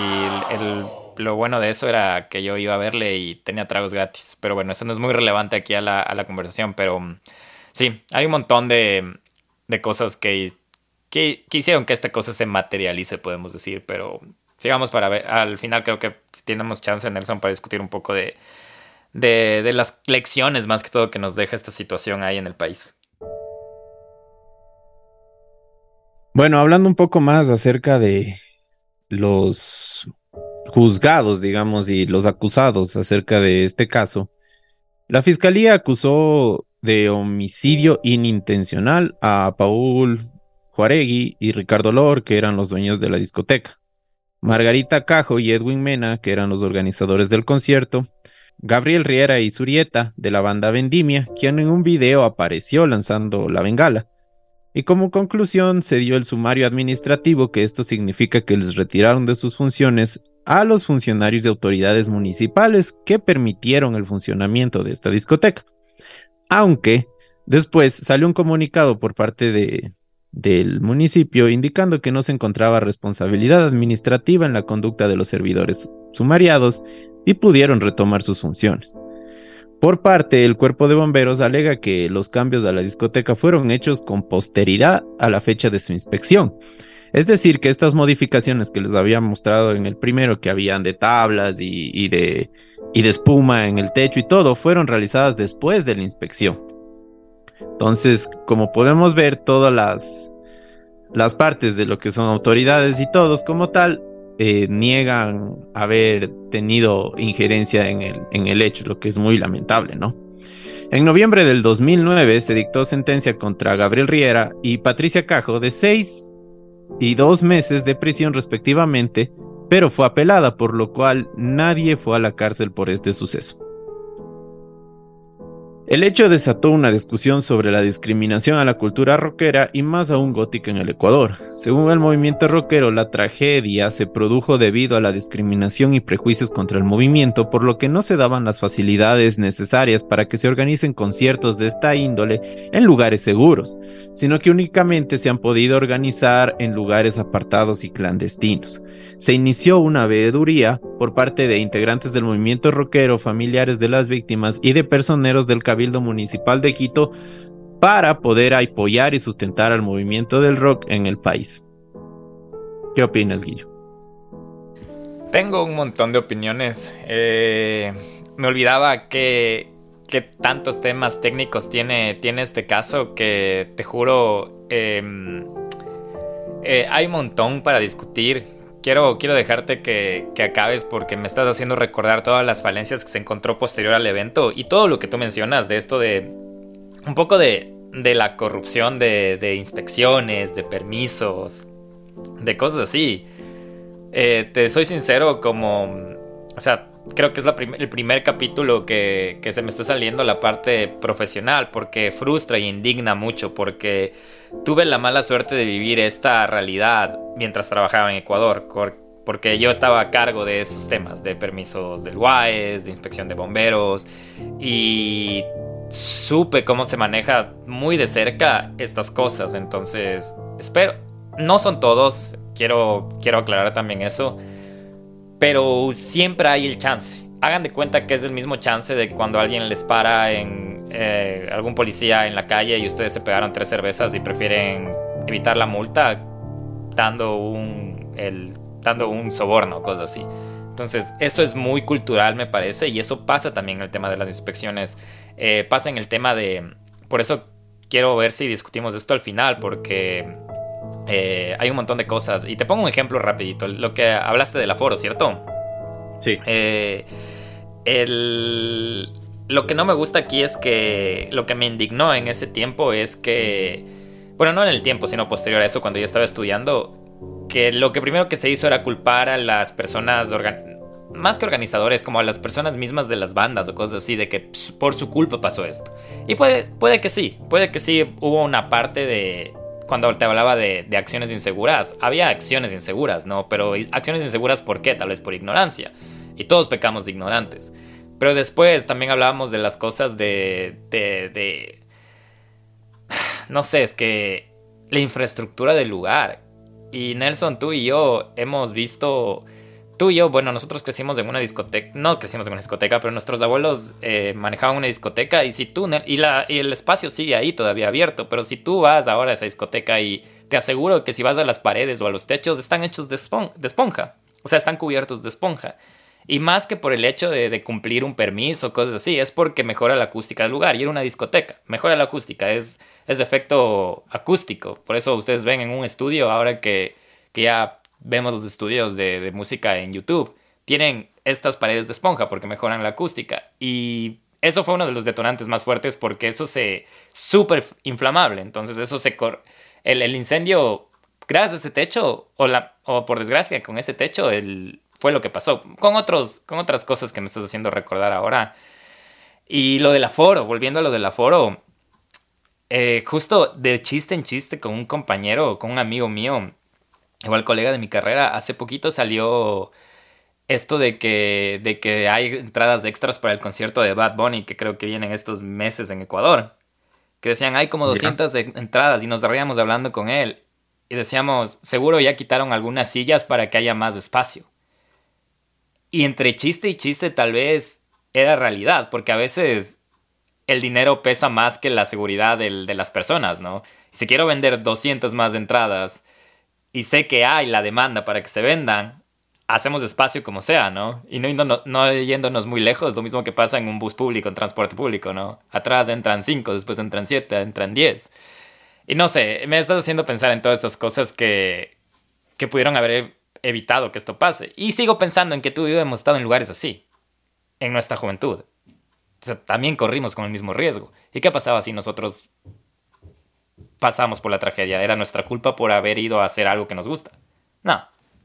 Y lo bueno de eso era que yo iba a verle y tenía tragos gratis. Pero bueno, eso no es muy relevante aquí a la conversación. Pero sí, hay un montón de cosas que hicieron que esta cosa se materialice, podemos decir. Pero sigamos para ver. Al final creo que si tenemos chance, Nelson, para discutir un poco de las lecciones más que todo que nos deja esta situación ahí en el país. Bueno, hablando un poco más acerca de los juzgados, digamos, y los acusados acerca de este caso, la fiscalía acusó de homicidio inintencional a Paul Juaregui y Ricardo Lor, que eran los dueños de la discoteca, Margarita Cajo y Edwin Mena, que eran los organizadores del concierto, Gabriel Riera y Zurieta, de la banda Vendimia, quien en un video apareció lanzando la bengala. Y como conclusión se dio el sumario administrativo, que esto significa que les retiraron de sus funciones a los funcionarios de autoridades municipales que permitieron el funcionamiento de esta discoteca. Aunque después salió un comunicado por parte del municipio indicando que no se encontraba responsabilidad administrativa en la conducta de los servidores sumariados y pudieron retomar sus funciones. Por parte, el cuerpo de bomberos alega que los cambios a la discoteca fueron hechos con posterioridad a la fecha de su inspección. Es decir, que estas modificaciones que les había mostrado en el primero, que habían de tablas y de espuma en el techo y todo, fueron realizadas después de la inspección. Entonces, como podemos ver, todas las partes de lo que son autoridades y todos como tal, niegan haber tenido injerencia en el hecho, lo que es muy lamentable, ¿no? En noviembre del 2009 se dictó sentencia contra Gabriel Riera y Patricia Cajo de 6 y 2 meses de prisión respectivamente, pero fue apelada, por lo cual nadie fue a la cárcel por este suceso. El hecho desató una discusión sobre la discriminación a la cultura rockera y más aún gótica en el Ecuador. Según el movimiento rockero, la tragedia se produjo debido a la discriminación y prejuicios contra el movimiento, por lo que no se daban las facilidades necesarias para que se organicen conciertos de esta índole en lugares seguros, sino que únicamente se han podido organizar en lugares apartados y clandestinos. Se inició una veeduría por parte de integrantes del movimiento rockero, familiares de las víctimas y de personeros del Cabildo Municipal de Quito para poder apoyar y sustentar al movimiento del rock en el país. ¿Qué opinas, Guillo? Tengo un montón de opiniones. Me olvidaba que tantos temas técnicos tiene este caso que te juro hay un montón para discutir. Quiero dejarte que acabes porque me estás haciendo recordar todas las falencias que se encontró posterior al evento y todo lo que tú mencionas de esto de un poco de la corrupción de inspecciones, de permisos, de cosas así. Te soy sincero, o sea, creo que es el primer capítulo que se me está saliendo la parte profesional porque frustra y indigna mucho porque tuve la mala suerte de vivir esta realidad mientras trabajaba en Ecuador porque yo estaba a cargo de esos temas de permisos del UAES, de inspección de bomberos y supe cómo se maneja muy de cerca estas cosas. Entonces, no son todos, quiero aclarar también eso, pero siempre hay el chance. Hagan de cuenta que es el mismo chance de que cuando alguien les para algún policía en la calle y ustedes se pegaron 3 cervezas y prefieren evitar la multa dando un soborno o cosas así. Entonces eso es muy cultural, me parece, y eso pasa también en el tema de las inspecciones. Pasa en el tema por eso quiero ver si discutimos esto al final, porque hay un montón de cosas. Y te pongo un ejemplo rapidito. Lo que hablaste del aforo, ¿cierto? Sí. Lo que no me gusta aquí es que lo que me indignó en ese tiempo es que, bueno, no en el tiempo, sino posterior a eso, cuando yo estaba estudiando, que lo que primero que se hizo era culpar a las personas, más que organizadores, como a las personas mismas de las bandas o cosas así, de que por su culpa pasó esto. Y puede que sí hubo una parte de... Cuando te hablaba de acciones inseguras, había acciones inseguras, ¿no? Pero acciones inseguras, ¿por qué? Tal vez por ignorancia. Y todos pecamos de ignorantes. Pero después también hablábamos de las cosas no sé, es que la infraestructura del lugar. Y Nelson, tú y yo hemos visto... Tú y yo, bueno, nosotros crecimos en una discoteca. No crecimos en una discoteca, pero nuestros abuelos manejaban una discoteca. Y si tú... Y el espacio sigue ahí todavía abierto. Pero si tú vas ahora a esa discoteca y te aseguro que si vas a las paredes o a los techos, están hechos de esponja. O sea, están cubiertos de esponja. Y más que por el hecho de cumplir un permiso o cosas así, es porque mejora la acústica del lugar. Y era una discoteca. Mejora la acústica. Es de efecto acústico. Por eso ustedes ven en un estudio, ahora que ya vemos los estudios de música en YouTube, tienen estas paredes de esponja porque mejoran la acústica. Y eso fue uno de los detonantes más fuertes porque eso súper inflamable. Entonces eso el incendio, gracias a ese techo, o por desgracia con ese techo, fue lo que pasó. Con otras cosas que me estás haciendo recordar ahora. Y lo del aforo, volviendo a lo del aforo, justo de chiste en chiste con un compañero, con un amigo mío, igual colega de mi carrera, hace poquito salió esto de que hay entradas extras para el concierto de Bad Bunny, que creo que vienen estos meses en Ecuador. Que decían, hay como 200 entradas, y nos reíamos hablando con él. Y decíamos, seguro ya quitaron algunas sillas para que haya más espacio. Y entre chiste y chiste tal vez era realidad, porque a veces el dinero pesa más que la seguridad de las personas, ¿no? Y si quiero vender 200 más entradas y sé que hay la demanda para que se vendan, hacemos espacio como sea, ¿no? Y no yéndonos muy lejos, lo mismo que pasa en un bus público, en transporte público, ¿no? Atrás entran 5, después entran 7, entran 10. Y no sé, me estás haciendo pensar en todas estas cosas que pudieron haber evitado que esto pase. Y sigo pensando en que tú y yo hemos estado en lugares así, en nuestra juventud. O sea, también corrimos con el mismo riesgo. ¿Y qué pasaba si nosotros pasamos por la tragedia? ¿Era nuestra culpa por haber ido a hacer algo que nos gusta? No.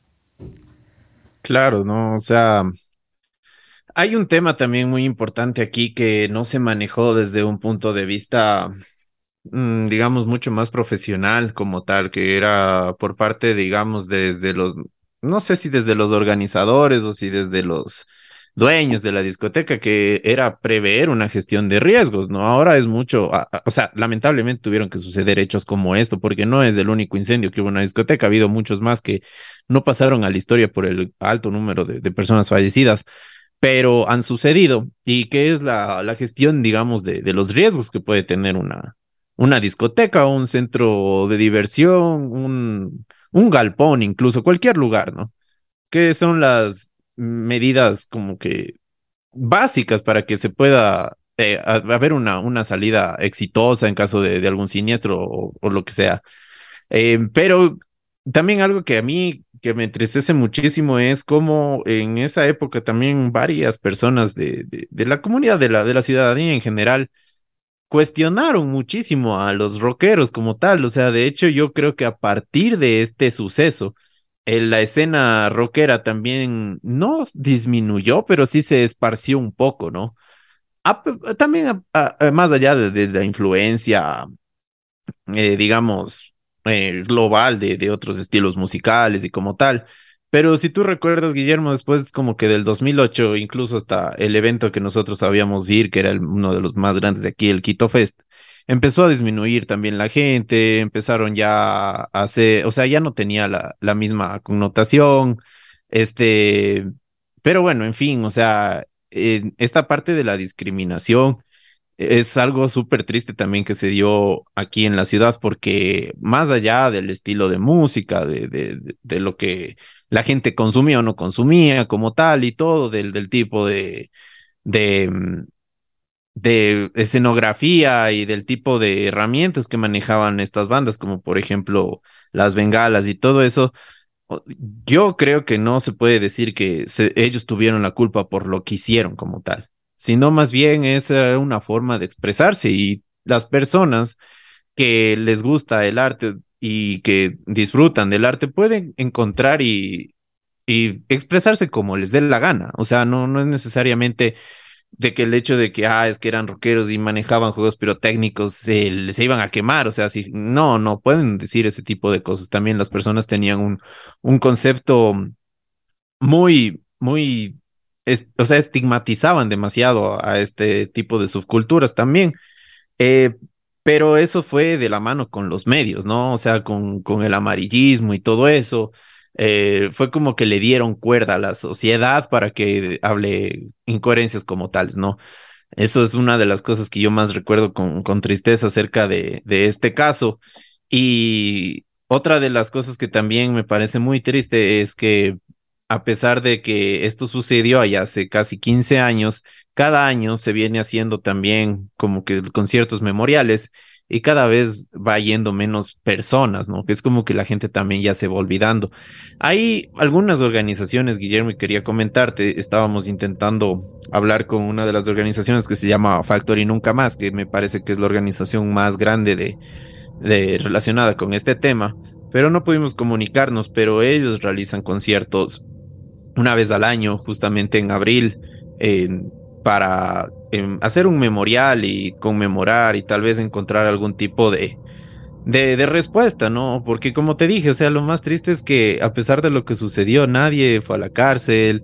Claro, ¿no? O sea, hay un tema también muy importante aquí que no se manejó desde un punto de vista, digamos, mucho más profesional como tal, que era por parte, digamos, desde no sé si desde los organizadores o si desde los dueños de la discoteca, que era prever una gestión de riesgos, ¿no? Ahora es mucho, o sea, lamentablemente tuvieron que suceder hechos como esto, porque no es el único incendio que hubo en una discoteca, ha habido muchos más que no pasaron a la historia por el alto número de personas fallecidas, pero han sucedido. ¿Y qué es la gestión, digamos, de los riesgos que puede tener una una discoteca, un centro de diversión, un galpón, incluso cualquier lugar, ¿no? ¿Qué son las medidas como que básicas para que se pueda haber una salida exitosa en caso de algún siniestro o lo que sea? Pero también algo que a mí que me entristece muchísimo es cómo en esa época también varias personas de la comunidad, de la ciudadanía en general, cuestionaron muchísimo a los rockeros como tal. O sea, de hecho, yo creo que a partir de este suceso, la escena rockera también no disminuyó, pero sí se esparció un poco, ¿no? También más allá de la influencia, digamos, global de otros estilos musicales y como tal. Pero si tú recuerdas, Guillermo, después como que del 2008, incluso hasta el evento que nosotros sabíamos ir, que era uno de los más grandes de aquí, el Quito Fest, empezó a disminuir también la gente, empezaron ya a hacer, o sea, ya no tenía la misma connotación, este, pero bueno, en fin, o sea, esta parte de la discriminación es algo súper triste también que se dio aquí en la ciudad, porque más allá del estilo de música, de lo que la gente consumía o no consumía como tal y todo, del tipo de, mm, de escenografía y del tipo de herramientas que manejaban estas bandas, como por ejemplo las bengalas y todo eso. Yo creo que no se puede decir que ellos tuvieron la culpa por lo que hicieron como tal, sino más bien es una forma de expresarse y las personas que les gusta el arte y que disfrutan del arte pueden encontrar y expresarse como les dé la gana. O sea, no es necesariamente de que el hecho de que, es que eran rockeros y manejaban juegos pirotécnicos, se iban a quemar, o sea, si, no pueden decir ese tipo de cosas. También las personas tenían un concepto muy, o sea, estigmatizaban demasiado a este tipo de subculturas también. Eh, pero eso fue de la mano con los medios, ¿no? O sea, con el amarillismo y todo eso. Fue como que le dieron cuerda a la sociedad para que hable incoherencias como tales, ¿no? Eso es una de las cosas que yo más recuerdo con tristeza acerca de este caso. Y otra de las cosas que también me parece muy triste es que a pesar de que esto sucedió allá hace casi 15 años, cada año se viene haciendo también como que conciertos memoriales y cada vez va yendo menos personas, ¿no? Que es como que la gente también ya se va olvidando. Hay algunas organizaciones, Guillermo, y quería comentarte, estábamos intentando hablar con una de las organizaciones que se llama Factory Nunca Más, que me parece que es la organización más grande relacionada con este tema, pero no pudimos comunicarnos, pero ellos realizan conciertos una vez al año, justamente en abril, para hacer un memorial y conmemorar y tal vez encontrar algún tipo de respuesta, ¿no? Porque como te dije, o sea, lo más triste es que a pesar de lo que sucedió, nadie fue a la cárcel,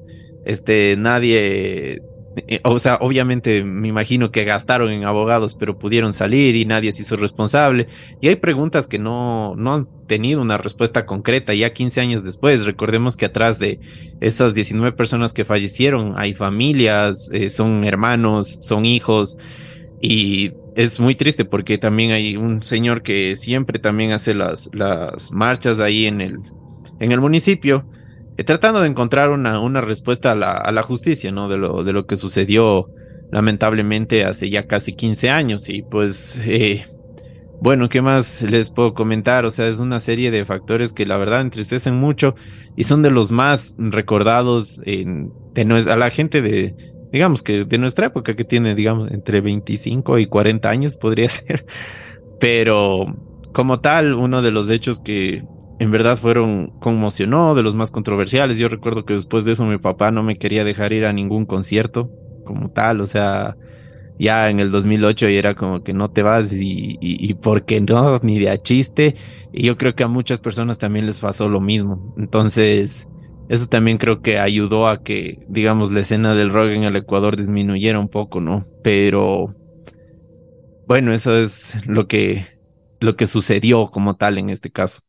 nadie, o sea, obviamente me imagino que gastaron en abogados, pero pudieron salir y nadie se hizo responsable. Y hay preguntas que no han tenido una respuesta concreta ya 15 años después. Recordemos que atrás de esas 19 personas que fallecieron hay familias, son hermanos, son hijos. Y es muy triste porque también hay un señor que siempre también hace las marchas ahí en el municipio, tratando de encontrar una respuesta a la justicia, ¿no? De lo que sucedió lamentablemente hace ya casi 15 años. Y pues, bueno, ¿qué más les puedo comentar? O sea, es una serie de factores que la verdad entristecen mucho y son de los más recordados a la gente digamos que de nuestra época, que tiene, digamos, entre 25 y 40 años, podría ser. Pero como tal, uno de los hechos que en verdad conmocionó, de los más controversiales. Yo recuerdo que después de eso mi papá no me quería dejar ir a ningún concierto como tal, o sea, ya en el 2008 y era como que no te vas y ¿por qué no? Ni de a chiste. Y yo creo que a muchas personas también les pasó lo mismo. Entonces, eso también creo que ayudó a que, digamos, la escena del rock en el Ecuador disminuyera un poco, ¿no? Pero bueno, eso es lo que sucedió como tal en este caso.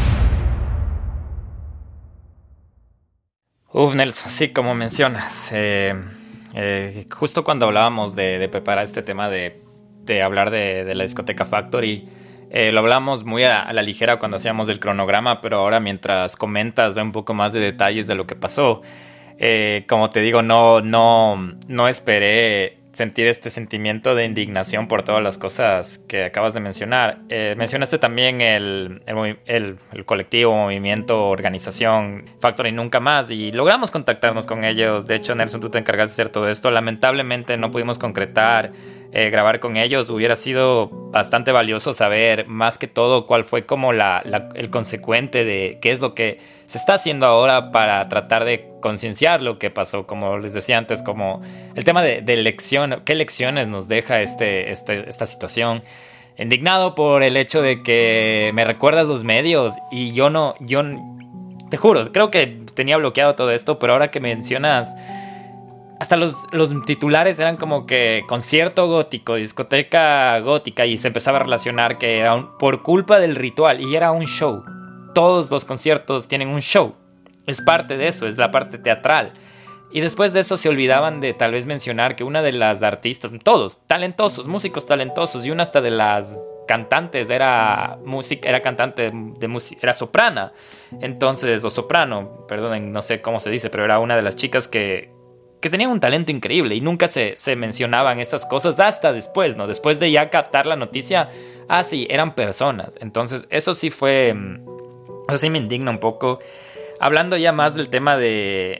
Nelson, sí, como mencionas, justo cuando hablábamos de preparar este tema de hablar de la discoteca Factory. Lo hablamos muy a la ligera cuando hacíamos el cronograma, pero ahora mientras comentas da un poco más de detalles de lo que pasó. Como te digo, no esperé sentir este sentimiento de indignación por todas las cosas que acabas de mencionar. Mencionaste también el colectivo, movimiento, organización Factory Nunca Más, y logramos contactarnos con ellos. De hecho, Nelson, tú te encargaste de hacer todo esto. Lamentablemente no pudimos concretar grabar con ellos. Hubiera sido bastante valioso saber más que todo cuál fue como el consecuente de qué es lo que se está haciendo ahora para tratar de concienciar lo que pasó, como les decía antes, como el tema de lección, qué lecciones nos deja esta situación. Indignado por el hecho de que me recuerdas los medios y yo te juro, creo que tenía bloqueado todo esto, pero ahora que mencionas, hasta los titulares eran como que concierto gótico, discoteca gótica, y se empezaba a relacionar que era por culpa del ritual, y era un show. Todos los conciertos tienen un show. Es parte de eso, es la parte teatral. Y después de eso se olvidaban de tal vez mencionar que una de las artistas, todos talentosos, músicos talentosos, y una hasta de las cantantes era cantante de música, era soprana. Entonces, o soprano, perdonen, no sé cómo se dice, pero era una de las chicas que tenían un talento increíble, y nunca se mencionaban esas cosas hasta después, ¿no? Después de ya captar la noticia, sí, eran personas. Entonces, eso sí me indigna un poco. Hablando ya más del tema de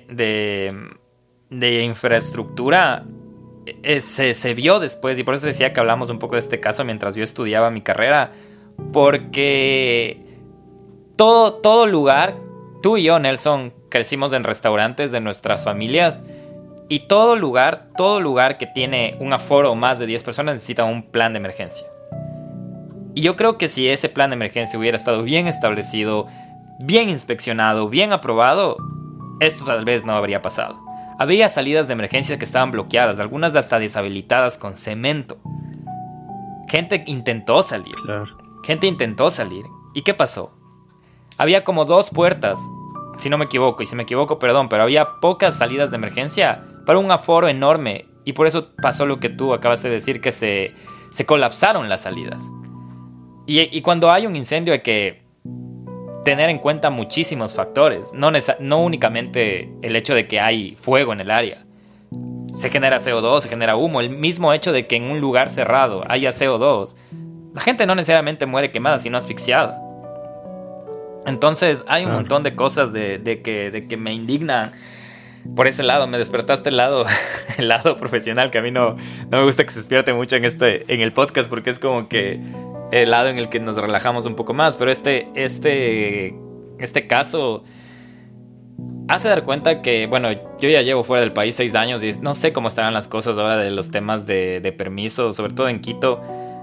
infraestructura, se vio después, y por eso decía que hablamos un poco de este caso mientras yo estudiaba mi carrera, porque todo lugar, tú y yo, Nelson, crecimos en restaurantes de nuestras familias, y todo lugar que tiene un aforo más de 10 personas necesita un plan de emergencia. Y yo creo que si ese plan de emergencia hubiera estado bien establecido, bien inspeccionado, bien aprobado, esto tal vez no habría pasado. Había salidas de emergencia que estaban bloqueadas, algunas hasta deshabilitadas con cemento. Gente intentó salir. Claro. ¿Y qué pasó? Había como 2 puertas, si no me equivoco, y si me equivoco, perdón, pero había pocas salidas de emergencia para un aforo enorme, y por eso pasó lo que tú acabas de decir, que se colapsaron las salidas. Y cuando hay un incendio hay que tener en cuenta muchísimos factores, no únicamente el hecho de que hay fuego en el área. Se genera CO2, se genera humo, el mismo hecho de que en un lugar cerrado haya CO2. La gente no necesariamente muere quemada, sino asfixiada. Entonces hay un montón de cosas de que me indignan por ese lado. Me despertaste el lado profesional, que a mí no me gusta que se despierte mucho en el podcast, porque es como que el lado en el que nos relajamos un poco más. Pero este caso hace dar cuenta que, bueno, yo ya llevo fuera del país 6 años y no sé cómo estarán las cosas ahora de los temas de permiso, sobre todo en Quito.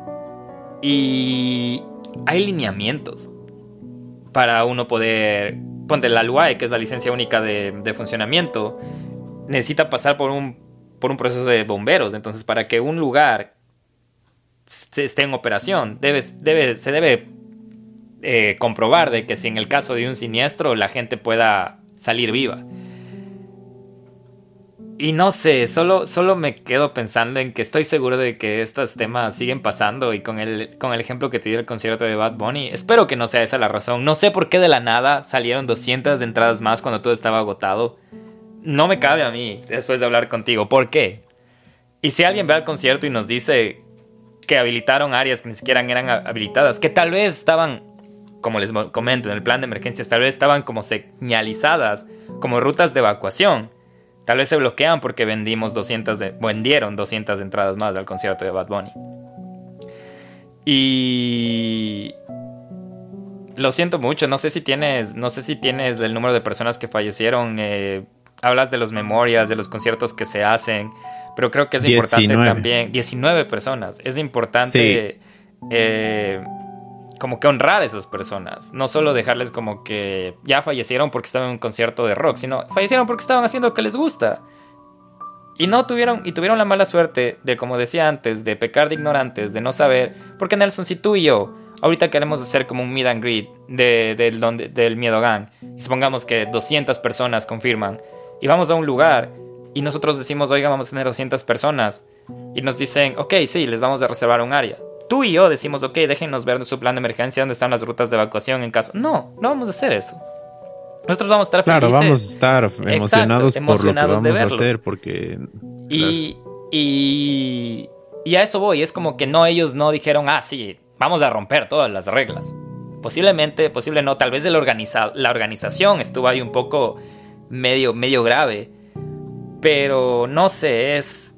Y hay lineamientos para uno poder... Ponte, la LUAE, que es la licencia única de funcionamiento, necesita pasar por un proceso de bomberos. Entonces, para que un lugar esté en operación, se debe comprobar de que si en el caso de un siniestro la gente pueda salir viva. Y no sé, solo me quedo pensando en que estoy seguro de que estos temas siguen pasando, y con el ejemplo que te di del concierto de Bad Bunny, espero que no sea esa la razón. No sé por qué de la nada salieron 200 entradas más cuando todo estaba agotado. No me cabe a mí, después de hablar contigo, ¿por qué? Y si alguien ve al concierto y nos dice que habilitaron áreas que ni siquiera eran habilitadas, que tal vez estaban, como les comento, en el plan de emergencias, tal vez estaban como señalizadas como rutas de evacuación, tal vez se bloquean porque vendieron 200 entradas más al concierto de Bad Bunny. Y lo siento mucho, no sé si tienes el número de personas que fallecieron. Hablas de los memorias, de los conciertos que se hacen, pero creo que es 19. Importante también. 19 personas. Es importante como que honrar a esas personas. No solo dejarles como que ya fallecieron porque estaban en un concierto de rock, sino fallecieron porque estaban haciendo lo que les gusta. Y tuvieron la mala suerte de, como decía antes, de pecar de ignorantes, de no saber. Porque, Nelson, si tú y yo ahorita queremos hacer como un meet and greet del Miedo Gang, y supongamos que 200 personas confirman, y vamos a un lugar y nosotros decimos, oiga, vamos a tener 200 personas, y nos dicen, ok, sí, les vamos a reservar un área. Tú y yo decimos, ok, déjennos ver su plan de emergencia, dónde están las rutas de evacuación en caso... No vamos a hacer eso. Nosotros vamos a estar felices. Claro, vamos a estar emocionados, exacto, por lo que vamos de a hacer, porque... Y a eso voy, es como que ellos no dijeron, sí, vamos a romper todas las reglas. Posible no, tal vez la organización estuvo ahí un poco medio grave, pero no sé, es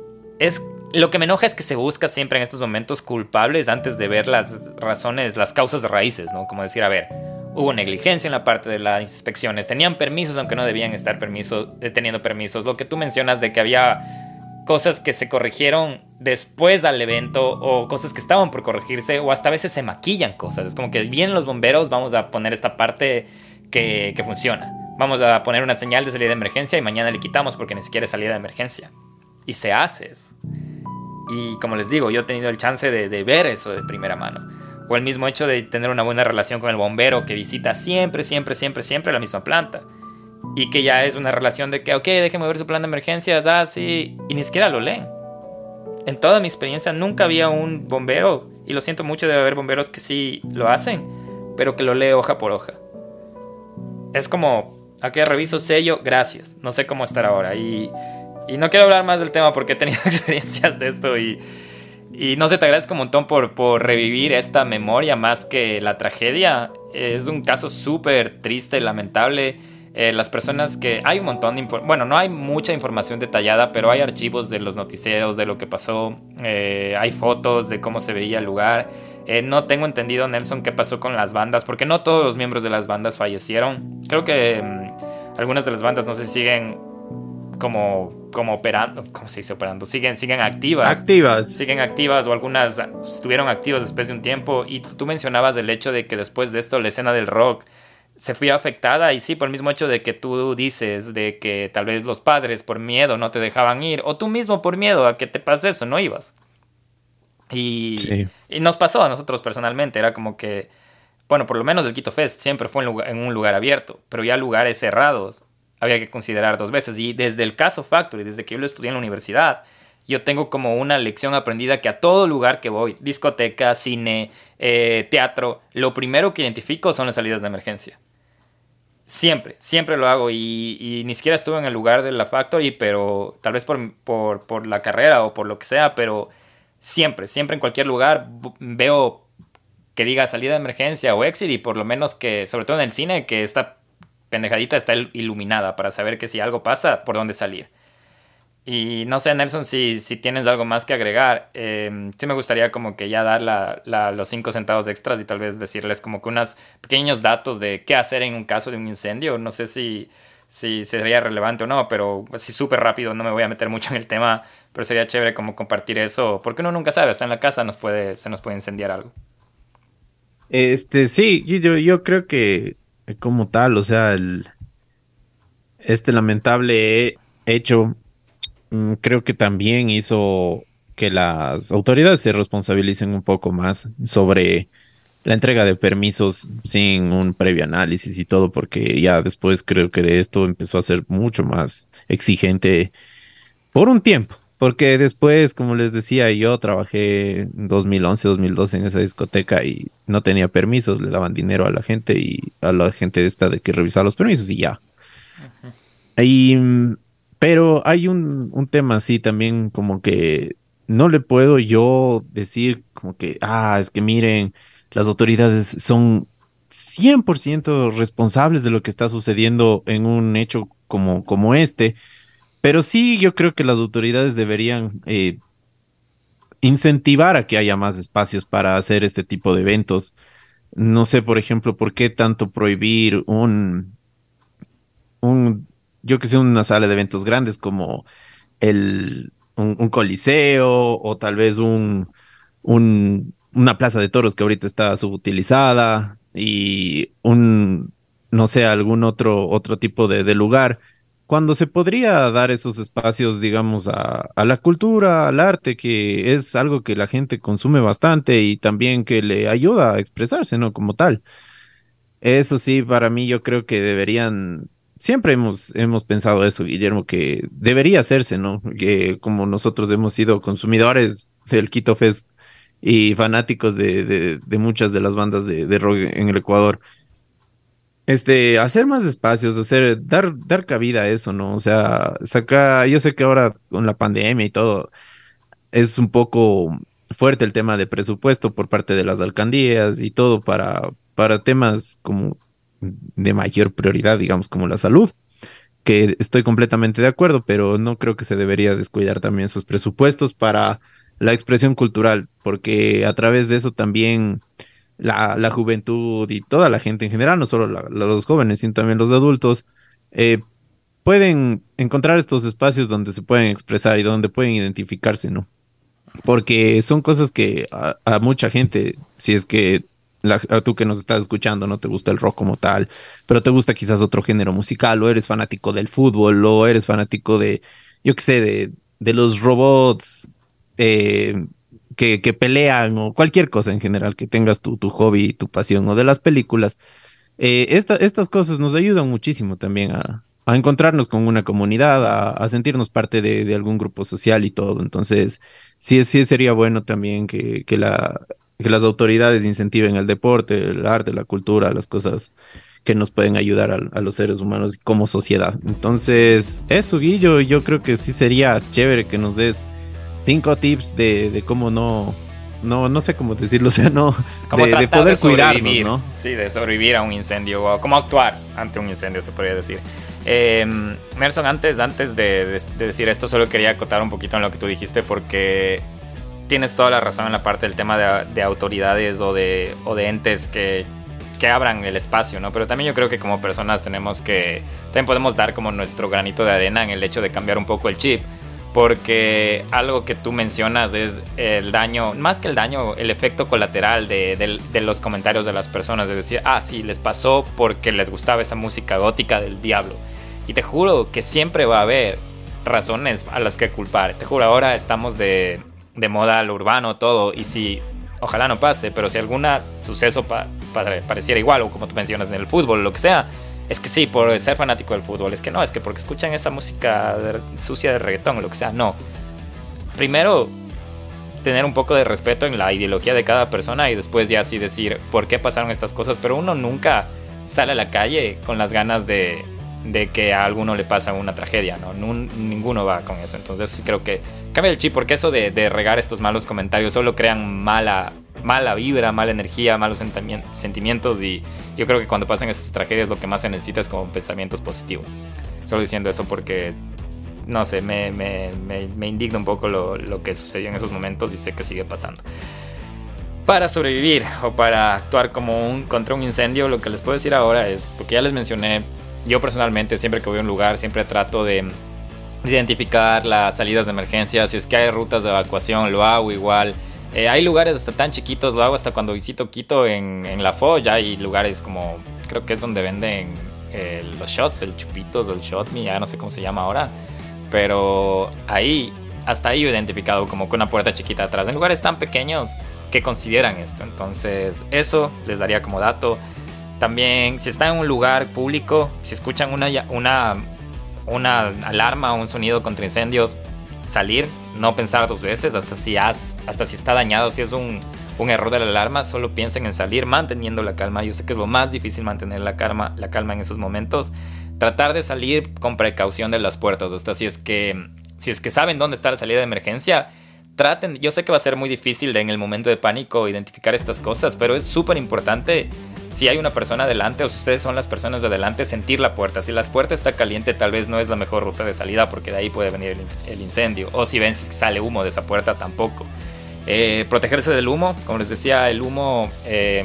lo que me enoja es que se busca siempre en estos momentos culpables antes de ver las razones, las causas raíces, ¿no? Como decir, a ver, hubo negligencia en la parte de las inspecciones, tenían permisos aunque no debían estar teniendo permisos, lo que tú mencionas de que había cosas que se corrigieron después del evento o cosas que estaban por corregirse o hasta a veces se maquillan cosas. Es como que vienen los bomberos, vamos a poner esta parte que funciona. Vamos a poner una señal de salida de emergencia y mañana le quitamos porque ni siquiera es salida de emergencia. Y se hace eso. Y como les digo, yo he tenido el chance de ver eso de primera mano. O el mismo hecho de tener una buena relación con el bombero que visita siempre la misma planta. Y que ya es una relación de que, ok, déjenme ver su plan de emergencias, sí, y ni siquiera lo leen. En toda mi experiencia nunca había un bombero, y lo siento mucho, debe haber bomberos que sí lo hacen, pero que lo lee hoja por hoja. Es como, aquí reviso sello, gracias, no sé cómo estar ahora. Y no quiero hablar más del tema porque he tenido experiencias de esto y no sé, te agradezco un montón por revivir esta memoria más que la tragedia. Es un caso súper triste y lamentable. Las personas que... Hay un montón de bueno, no hay mucha información detallada, pero hay archivos de los noticieros, de lo que pasó. Hay fotos de cómo se veía el lugar. No tengo entendido, Nelson, qué pasó con las bandas, porque no todos los miembros de las bandas fallecieron. Creo que algunas de las bandas no se siguen como operando. ¿Cómo se dice operando? Siguen activas. Siguen activas, o algunas estuvieron activas después de un tiempo. Y tú mencionabas el hecho de que después de esto la escena del rock se fue afectada, y sí, por el mismo hecho de que tú dices de que tal vez los padres por miedo no te dejaban ir, o tú mismo por miedo a que te pase eso, no ibas. Y nos pasó a nosotros personalmente, era como que, bueno, por lo menos el Quito Fest siempre fue en un lugar abierto, pero ya lugares cerrados había que considerar dos veces. Y desde el caso Factory, desde que yo lo estudié en la universidad, yo tengo como una lección aprendida que a todo lugar que voy, discoteca, cine, teatro, lo primero que identifico son las salidas de emergencia. Siempre lo hago, y ni siquiera estuve en el lugar de la Factory, pero tal vez por la carrera o por lo que sea, pero siempre en cualquier lugar veo que diga salida de emergencia o exit, y por lo menos que, sobre todo en el cine, que esta pendejadita está iluminada para saber que si algo pasa, por dónde salir. Y no sé, Nelson, si tienes algo más que agregar. Sí me gustaría como que ya dar los 5 centavos extras y tal vez decirles como que unos pequeños datos de qué hacer en un caso de un incendio. No sé si sería relevante o no, pero así súper rápido, no me voy a meter mucho en el tema, pero sería chévere como compartir eso, porque uno nunca sabe, hasta en la casa se nos puede incendiar algo. Sí, yo creo que como tal, o sea, este lamentable hecho, creo que también hizo que las autoridades se responsabilicen un poco más sobre la entrega de permisos sin un previo análisis y todo, porque ya después creo que de esto empezó a ser mucho más exigente por un tiempo. Porque después, como les decía, yo trabajé en 2011, 2012 en esa discoteca y no tenía permisos, le daban dinero a la gente y a la gente esta de que revisaba los permisos y ya. Y, pero hay un tema así también como que no le puedo yo decir como que, es que miren, las autoridades son 100% responsables de lo que está sucediendo en un hecho como este, pero sí yo creo que las autoridades deberían incentivar a que haya más espacios para hacer este tipo de eventos. No sé, por ejemplo, por qué tanto prohibir yo que sé, una sala de eventos grandes como un coliseo o tal vez una plaza de toros que ahorita está subutilizada y no sé, algún otro tipo de lugar, cuando se podría dar esos espacios, digamos, a la cultura, al arte, que es algo que la gente consume bastante y también que le ayuda a expresarse, ¿no? Como tal. Eso sí, para mí yo creo que deberían siempre hemos pensado eso, Guillermo, que debería hacerse, ¿no? Que como nosotros hemos sido consumidores del Quito Fest y fanáticos de muchas de las bandas de rock en el Ecuador, hacer más espacios, dar cabida a eso, ¿no? O sea, yo sé que ahora con la pandemia y todo, es un poco fuerte el tema de presupuesto por parte de las alcaldías y todo para temas como de mayor prioridad, digamos, como la salud, que estoy completamente de acuerdo, pero no creo que se debería descuidar también sus presupuestos para la expresión cultural, porque a través de eso también la juventud y toda la gente en general, no solo los jóvenes, sino también los adultos, eh, pueden encontrar estos espacios donde se pueden expresar y donde pueden identificarse, ¿no? Porque son cosas que a mucha gente, si es que a tú que nos estás escuchando no te gusta el rock como tal, pero te gusta quizás otro género musical, o eres fanático del fútbol, o eres fanático yo qué sé, de los robots que pelean, o cualquier cosa en general, que tengas tu hobby, tu pasión, o de las películas. Estas cosas nos ayudan muchísimo también a encontrarnos con una comunidad, a sentirnos parte de algún grupo social y todo. Entonces, sí sería bueno también que las autoridades incentiven el deporte, el arte, la cultura, las cosas que nos pueden ayudar a los seres humanos como sociedad. Entonces, eso, Guillo, yo creo que sí sería chévere que nos des 5 tips de cómo no sé cómo decirlo, o sea, no, Como de tratar poder de cuidarnos, sobrevivir, ¿no? sí, de sobrevivir a un incendio, o cómo actuar ante un incendio, se podría decir. Nelson, antes de decir esto, solo quería acotar un poquito en lo que tú dijiste, porque tienes toda la razón en la parte del tema de autoridades o de entes que abran el espacio, ¿no? Pero también yo creo que como personas también podemos dar como nuestro granito de arena en el hecho de cambiar un poco el chip. Porque algo que tú mencionas es el daño, más que el daño, el efecto colateral de los comentarios de las personas. De decir, sí, les pasó porque les gustaba esa música gótica del diablo. Y te juro que siempre va a haber razones a las que culpar. Te juro, ahora estamos de moda lo urbano, todo. Y si, ojalá no pase, pero si algún suceso pareciera igual, o como tú mencionas en el fútbol, lo que sea, es que sí, por ser fanático del fútbol, es que no, es que porque escuchan esa música sucia de reggaetón o lo que sea, no. Primero, tener un poco de respeto en la ideología de cada persona y después ya así decir por qué pasaron estas cosas, pero uno nunca sale a la calle con las ganas de que a alguno le pasa una tragedia, ¿no? Ninguno va con eso, entonces creo que cambia el chip, porque eso de regar estos malos comentarios solo crean mala vibra, mala energía, malos sentimientos, y yo creo que cuando pasan esas tragedias lo que más se necesita es como pensamientos positivos. Solo diciendo eso porque, no sé, me indigna un poco lo que sucedió en esos momentos y sé que sigue pasando. Para sobrevivir o para actuar contra un incendio, lo que les puedo decir ahora es, porque ya les mencioné, yo personalmente siempre que voy a un lugar siempre trato de identificar las salidas de emergencia. Si es que hay rutas de evacuación, lo hago igual. Hay lugares hasta tan chiquitos, lo hago hasta cuando visito Quito en La Fo. Ya hay lugares como, creo que es donde venden los shots, el chupitos o el shot me, ya no sé cómo se llama ahora, pero hasta ahí he identificado como con una puerta chiquita atrás, en lugares tan pequeños que consideran esto. Entonces eso les daría como dato. También, si están en un lugar público, si escuchan una alarma o un sonido contra incendios, salir, no pensar 2 veces, hasta si está dañado, si es un error de la alarma, solo piensen en salir manteniendo la calma. Yo sé que es lo más difícil, mantener la calma en esos momentos. Tratar de salir con precaución de las puertas, hasta si es que saben dónde está la salida de emergencia, traten. Yo sé que va a ser muy difícil en el momento de pánico identificar estas cosas, pero es súper importante, si hay una persona adelante o si ustedes son las personas de adelante, sentir la puerta. Si la puerta está caliente, tal vez no es la mejor ruta de salida, porque de ahí puede venir el incendio. O si ven si sale humo de esa puerta, tampoco. Protegerse del humo, como les decía, el humo es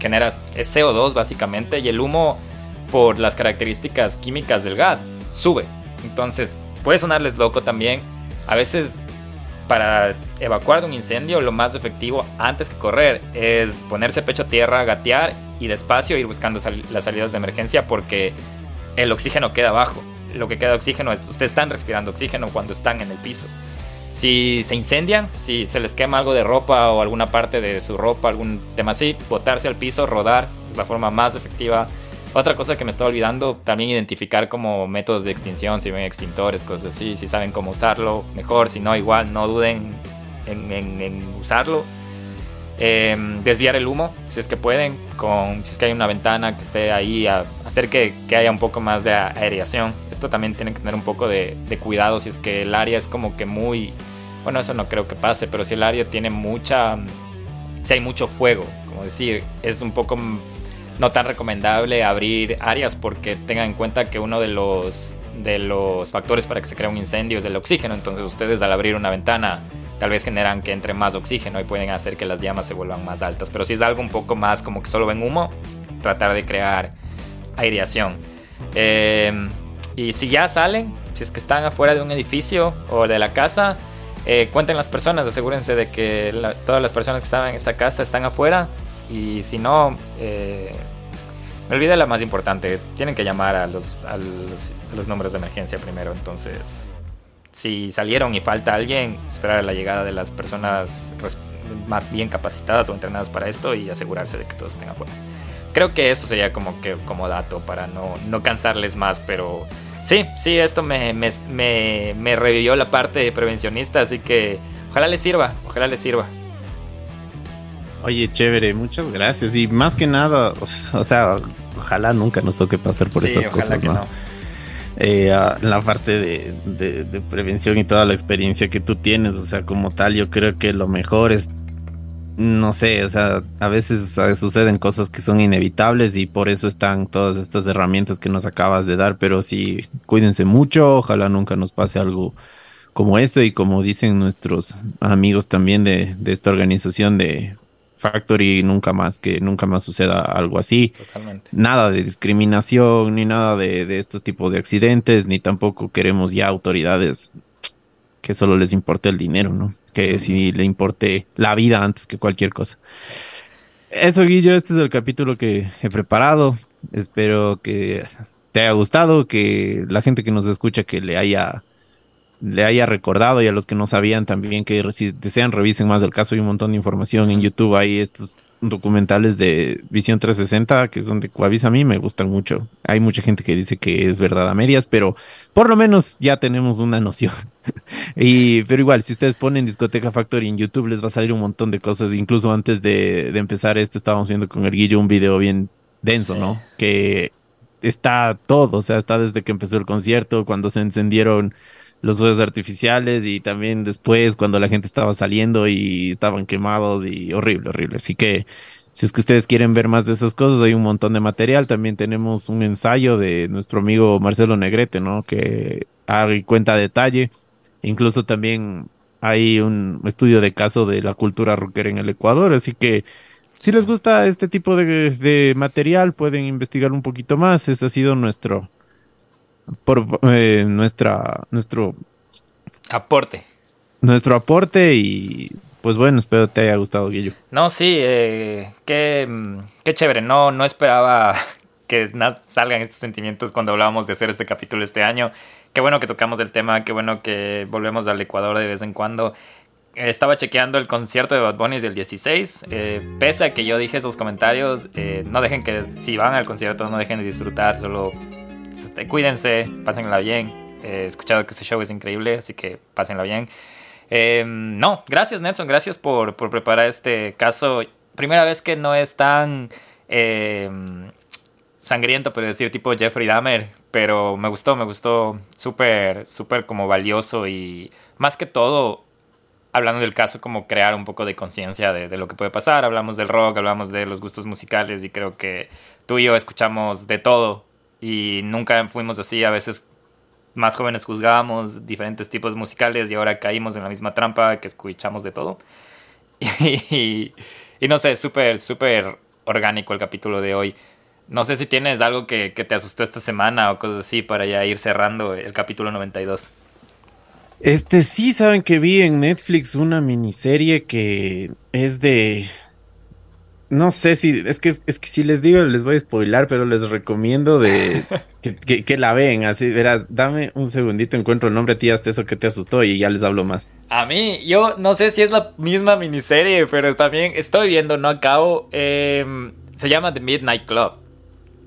CO2 básicamente, y el humo, por las características químicas del gas, sube. Entonces puede sonarles loco también. A veces, para evacuar de un incendio, lo más efectivo antes que correr es ponerse pecho a tierra, gatear y despacio ir buscando las salidas de emergencia, porque el oxígeno queda abajo. Lo que queda de oxígeno ustedes están respirando oxígeno cuando están en el piso. Si se incendian, si se les quema algo de ropa o alguna parte de su ropa, algún tema así, botarse al piso, rodar, es la forma más efectiva Otra cosa que me estaba olvidando, también identificar como métodos de extinción, si ven extintores, cosas así, si saben cómo usarlo, mejor, si no, igual, no duden en usarlo. Desviar el humo, si es que pueden, si es que hay una ventana que esté ahí, hacer que haya un poco más de aireación. Esto también tiene que tener un poco de cuidado si es que el área es como que muy... Bueno, eso no creo que pase, pero si el área tiene si hay mucho fuego, como decir, es un poco no tan recomendable abrir áreas, porque tengan en cuenta que uno de los factores para que se crea un incendio es el oxígeno. Entonces ustedes, al abrir una ventana, tal vez generan que entre más oxígeno y pueden hacer que las llamas se vuelvan más altas. Pero si es algo un poco más como que solo ven humo, tratar de crear aireación. Y si ya salen, si es que están afuera de un edificio o de la casa, cuenten las personas, asegúrense de que todas las personas que estaban en esa casa están afuera. Y si no, me olvidé la más importante, tienen que llamar a los números de emergencia primero. Entonces, si salieron y falta alguien, esperar a la llegada de las personas más bien capacitadas o entrenadas para esto y asegurarse de que todos estén afuera. Creo que eso sería como dato para no cansarles más, pero sí, esto me revivió la parte prevencionista, así que ojalá les sirva. Oye, chévere, muchas gracias. Y más que nada, o sea, ojalá nunca nos toque pasar por esas cosas, ¿no? La parte de prevención y toda la experiencia que tú tienes, o sea, como tal, yo creo que lo mejor es, no sé, o sea, a veces suceden cosas que son inevitables y por eso están todas estas herramientas que nos acabas de dar, pero sí, cuídense mucho, ojalá nunca nos pase algo como esto, y como dicen nuestros amigos también de esta organización de Factory, que nunca más suceda algo así. Totalmente. Nada de discriminación, ni nada de estos tipos de accidentes, ni tampoco queremos ya autoridades que solo les importe el dinero, ¿no? Que si le importe la vida antes que cualquier cosa. Eso, Guillo, este es el capítulo que he preparado. Espero que te haya gustado, que la gente que nos escucha que le haya recordado, y a los que no sabían también, que si desean revisen más del caso. Hay un montón de información en YouTube. Hay estos documentales de Visión 360 que son de Coavisa. A mí me gustan mucho. Hay mucha gente que dice que es verdad a medias, pero por lo menos ya tenemos una noción. Pero igual, si ustedes ponen Discoteca Factory en YouTube, les va a salir un montón de cosas. Incluso antes de empezar esto, estábamos viendo con el Guillo un video bien denso, sí, ¿no? Que está todo, o sea, está desde que empezó el concierto, cuando se encendieron los fuegos artificiales, y también después cuando la gente estaba saliendo y estaban quemados, y horrible. Así que si es que ustedes quieren ver más de esas cosas, hay un montón de material. También tenemos un ensayo de nuestro amigo Marcelo Negrete, ¿no? Que cuenta a detalle. Incluso también hay un estudio de caso de la cultura rockera en el Ecuador. Así que si les gusta este tipo de material, pueden investigar un poquito más. Este ha sido nuestro aporte. Nuestro aporte, y pues bueno, espero te haya gustado, Guillo. No, sí, qué chévere. No esperaba que salgan estos sentimientos cuando hablábamos de hacer este capítulo este año. Qué bueno que tocamos el tema, qué bueno que volvemos al Ecuador de vez en cuando. Estaba chequeando el concierto de Bad Bunny del 16. Pese a que yo dije esos comentarios, no dejen que, si van al concierto, no dejen de disfrutar, solo cuídense, pásenla bien. He escuchado que ese show es increíble, así que pásenla bien. Gracias, Nelson, gracias por preparar este caso. Primera vez que no es tan sangriento, pero decir, tipo Jeffrey Dahmer, pero me gustó, súper como valioso, y más que todo, hablando del caso, como crear un poco de conciencia de lo que puede pasar. Hablamos del rock, hablamos de los gustos musicales, y creo que tú y yo escuchamos de todo, y nunca fuimos así. A veces más jóvenes juzgábamos diferentes tipos musicales, y ahora caímos en la misma trampa que escuchamos de todo. Y no sé, súper orgánico el capítulo de hoy. No sé si tienes algo que te asustó esta semana o cosas así para ya ir cerrando el capítulo 92. Sí, saben que vi en Netflix una miniserie que es de... No sé si... Es que si les digo les voy a spoilar, pero les recomiendo que la vean. Así, verás, dame un segundito, encuentro el nombre a ti, hasta eso que te asustó, y ya les hablo más. A mí, yo no sé si es la misma miniserie, pero también estoy viendo, no acabo. Se llama The Midnight Club.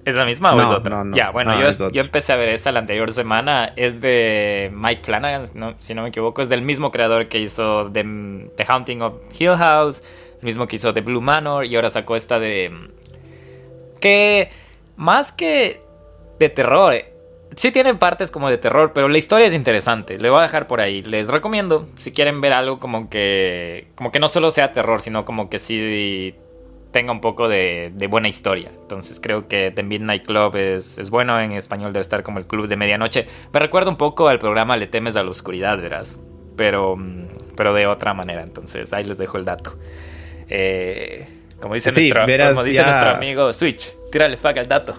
¿Es la misma o es otra? No. Ya, bueno, No, yo empecé a ver esa la anterior semana. Es de Mike Flanagan, si no me equivoco. Es del mismo creador que hizo The Haunting of Hill House, el mismo que hizo The Blue Manor, y ahora sacó esta de... que más que de terror, sí tiene partes como de terror, pero la historia es interesante. Le voy a dejar por ahí. Les recomiendo, si quieren ver algo como que no solo sea terror, sino como que sí tenga un poco de buena historia. Entonces creo que The Midnight Club es bueno. En español debe estar como el Club de Medianoche. Me recuerda un poco al programa Le temes a la oscuridad, verás, pero de otra manera. Entonces ahí les dejo el dato. Como dice, Sí, nuestro amigo Switch, tírale fuck al dato.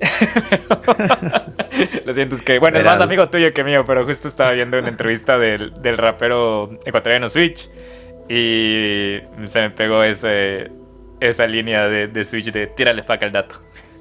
Lo siento, es que, bueno, es más amigo tuyo que mío, pero justo estaba viendo una entrevista del rapero ecuatoriano Switch y se me pegó esa línea de Switch de tírale fuck al dato.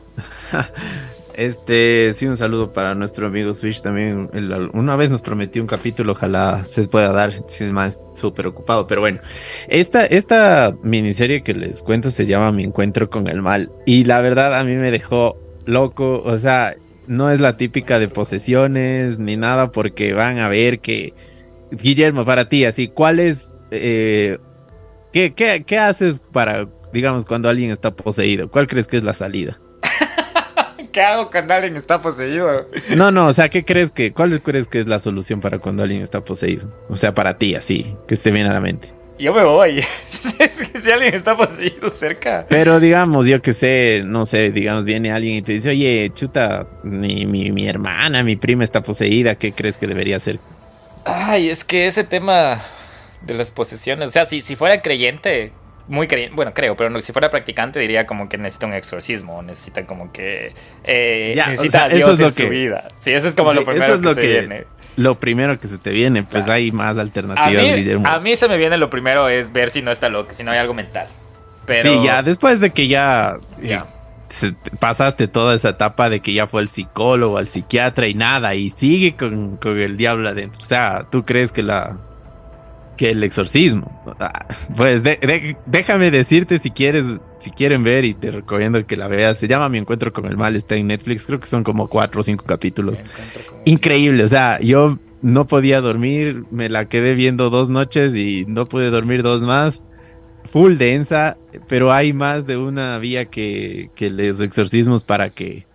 Sí, un saludo para nuestro amigo Switch también. Una vez nos prometió un capítulo, ojalá se pueda dar, si es más súper ocupado. Pero bueno, esta miniserie que les cuento se llama Mi encuentro con el mal. Y la verdad a mí me dejó loco. O sea, no es la típica de posesiones ni nada, porque van a ver que... Guillermo, para ti, así, ¿cuál es... ¿qué haces para, digamos, cuando alguien está poseído? ¿Cuál crees que es la salida? ¿Qué hago cuando alguien está poseído? No, o sea, ¿cuál crees que es la solución para cuando alguien está poseído? O sea, para ti, así, que esté bien a la mente. Yo me voy. Es que si alguien está poseído cerca. Pero digamos, yo que sé, no sé, digamos, viene alguien y te dice, oye, chuta, mi hermana, mi prima está poseída, ¿qué crees que debería hacer? Ay, es que ese tema de las posesiones, o sea, si fuera creyente... muy creyente, bueno, creo, pero si fuera practicante diría como que necesita un exorcismo, necesita como que necesita a Dios en su vida. Sí, eso es como lo primero que se viene. Lo primero que se te viene, pues claro. Hay más alternativas, Guillermo. A mí se me viene lo primero es ver si no está loco, si no hay algo mental. Pero... sí, ya después de que ya pasaste toda esa etapa de que ya fue al psicólogo, al psiquiatra y nada, y sigue con el diablo adentro. O sea, ¿tú crees que el exorcismo? Pues déjame decirte si quieren ver, y te recomiendo que la veas. Se llama Mi encuentro con el mal, está en Netflix, creo que son como 4 o 5 capítulos. Increíble, o sea, yo no podía dormir, me la quedé viendo 2 noches y no pude dormir 2 más. Full densa, pero hay más de una vía que los exorcismos para que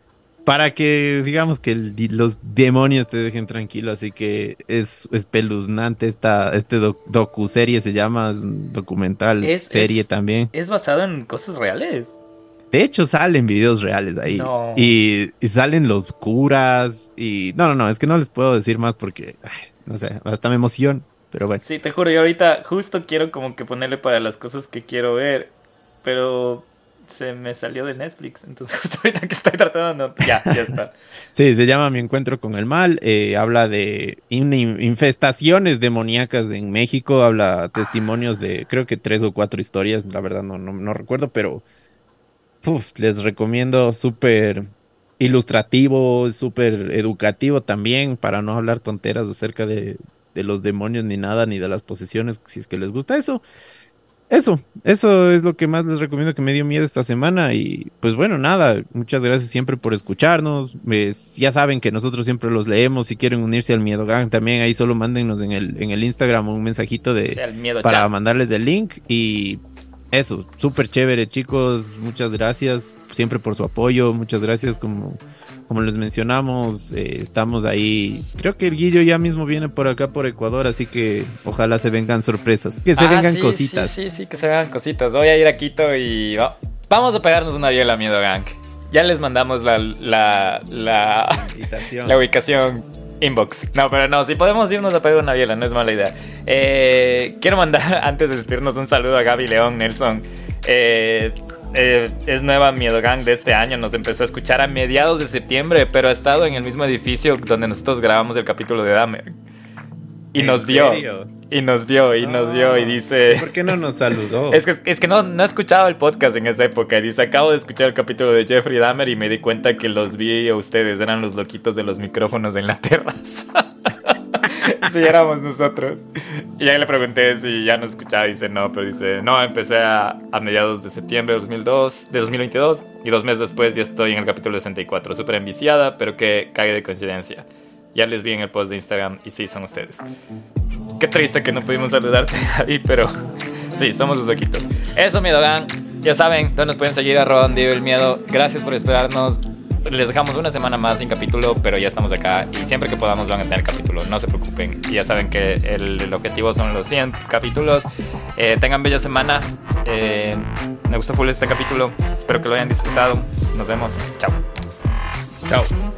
digamos que los demonios te dejen tranquilo. Así que es espeluznante este docuserie, se llama, documental, serie también. ¿Es basado en cosas reales? De hecho salen videos reales ahí. No. Y salen los curas y... No, es que no les puedo decir más porque, no sé, hasta me emociono, pero bueno. Sí, te juro, yo ahorita justo quiero como que ponerle para las cosas que quiero ver, pero... se me salió de Netflix, entonces justo ahorita que estoy tratando, ya está. Sí, se llama Mi encuentro con el mal, habla de infestaciones demoníacas en México, habla testimonios de creo que 3 o 4 historias, la verdad no recuerdo, pero les recomiendo, súper ilustrativo, súper educativo también, para no hablar tonteras acerca de los demonios ni nada, ni de las posesiones, si es que les gusta eso. Eso es lo que más les recomiendo, que me dio miedo esta semana. Y pues bueno, nada, muchas gracias siempre por escucharnos. Ya saben que nosotros siempre los leemos. Si quieren unirse al Miedo Gang también, ahí solo mándennos en el Instagram un mensajito para mandarles el link. Y eso, súper chévere, chicos, muchas gracias siempre por su apoyo. Muchas gracias, como les mencionamos, estamos ahí. Creo que el Guillo ya mismo viene por acá, por Ecuador, así que ojalá se vengan sorpresas, que se vengan cositas. Sí, que se vengan cositas. Voy a ir a Quito y vamos a pegarnos una biela Miedo Gang. Ya les mandamos la invitación, la ubicación inbox. No, pero no, si podemos irnos a pegar una biela, no es mala idea. Quiero mandar, antes de despedirnos, un saludo a Gaby León Nelson. Es nueva Miedo Gang de este año, nos empezó a escuchar a mediados de septiembre, pero ha estado en el mismo edificio donde nosotros grabamos el capítulo de Dahmer. Y nos vio. Y nos vio y dice... ¿Por qué no nos saludó? Es que no escuchaba el podcast en esa época. Y dice, acabo de escuchar el capítulo de Jeffrey Dahmer y me di cuenta que los vi a ustedes. Eran los loquitos de los micrófonos en la terraza. Sí, éramos nosotros. Y ya le pregunté si ya no escuchaba. Dice no, pero dice no, empecé a mediados de septiembre de 2022 y 2 meses después ya estoy en el capítulo 64. Súper enviciada, pero que cague de coincidencia. Ya les vi en el post de Instagram y sí, son ustedes. Qué triste que no pudimos saludarte ahí, pero sí, somos los ojitos. Eso, Miedo Gang. Ya saben, entonces nos pueden seguir @dondeviveelmiedo. Gracias por esperarnos. Les dejamos una semana más sin capítulo, pero ya estamos acá y siempre que podamos van a tener capítulo, no se preocupen. Y ya saben que el objetivo son los 100 capítulos. Tengan bella semana. Me gustó full este capítulo. Espero que lo hayan disfrutado. Nos vemos. Chao. Chao.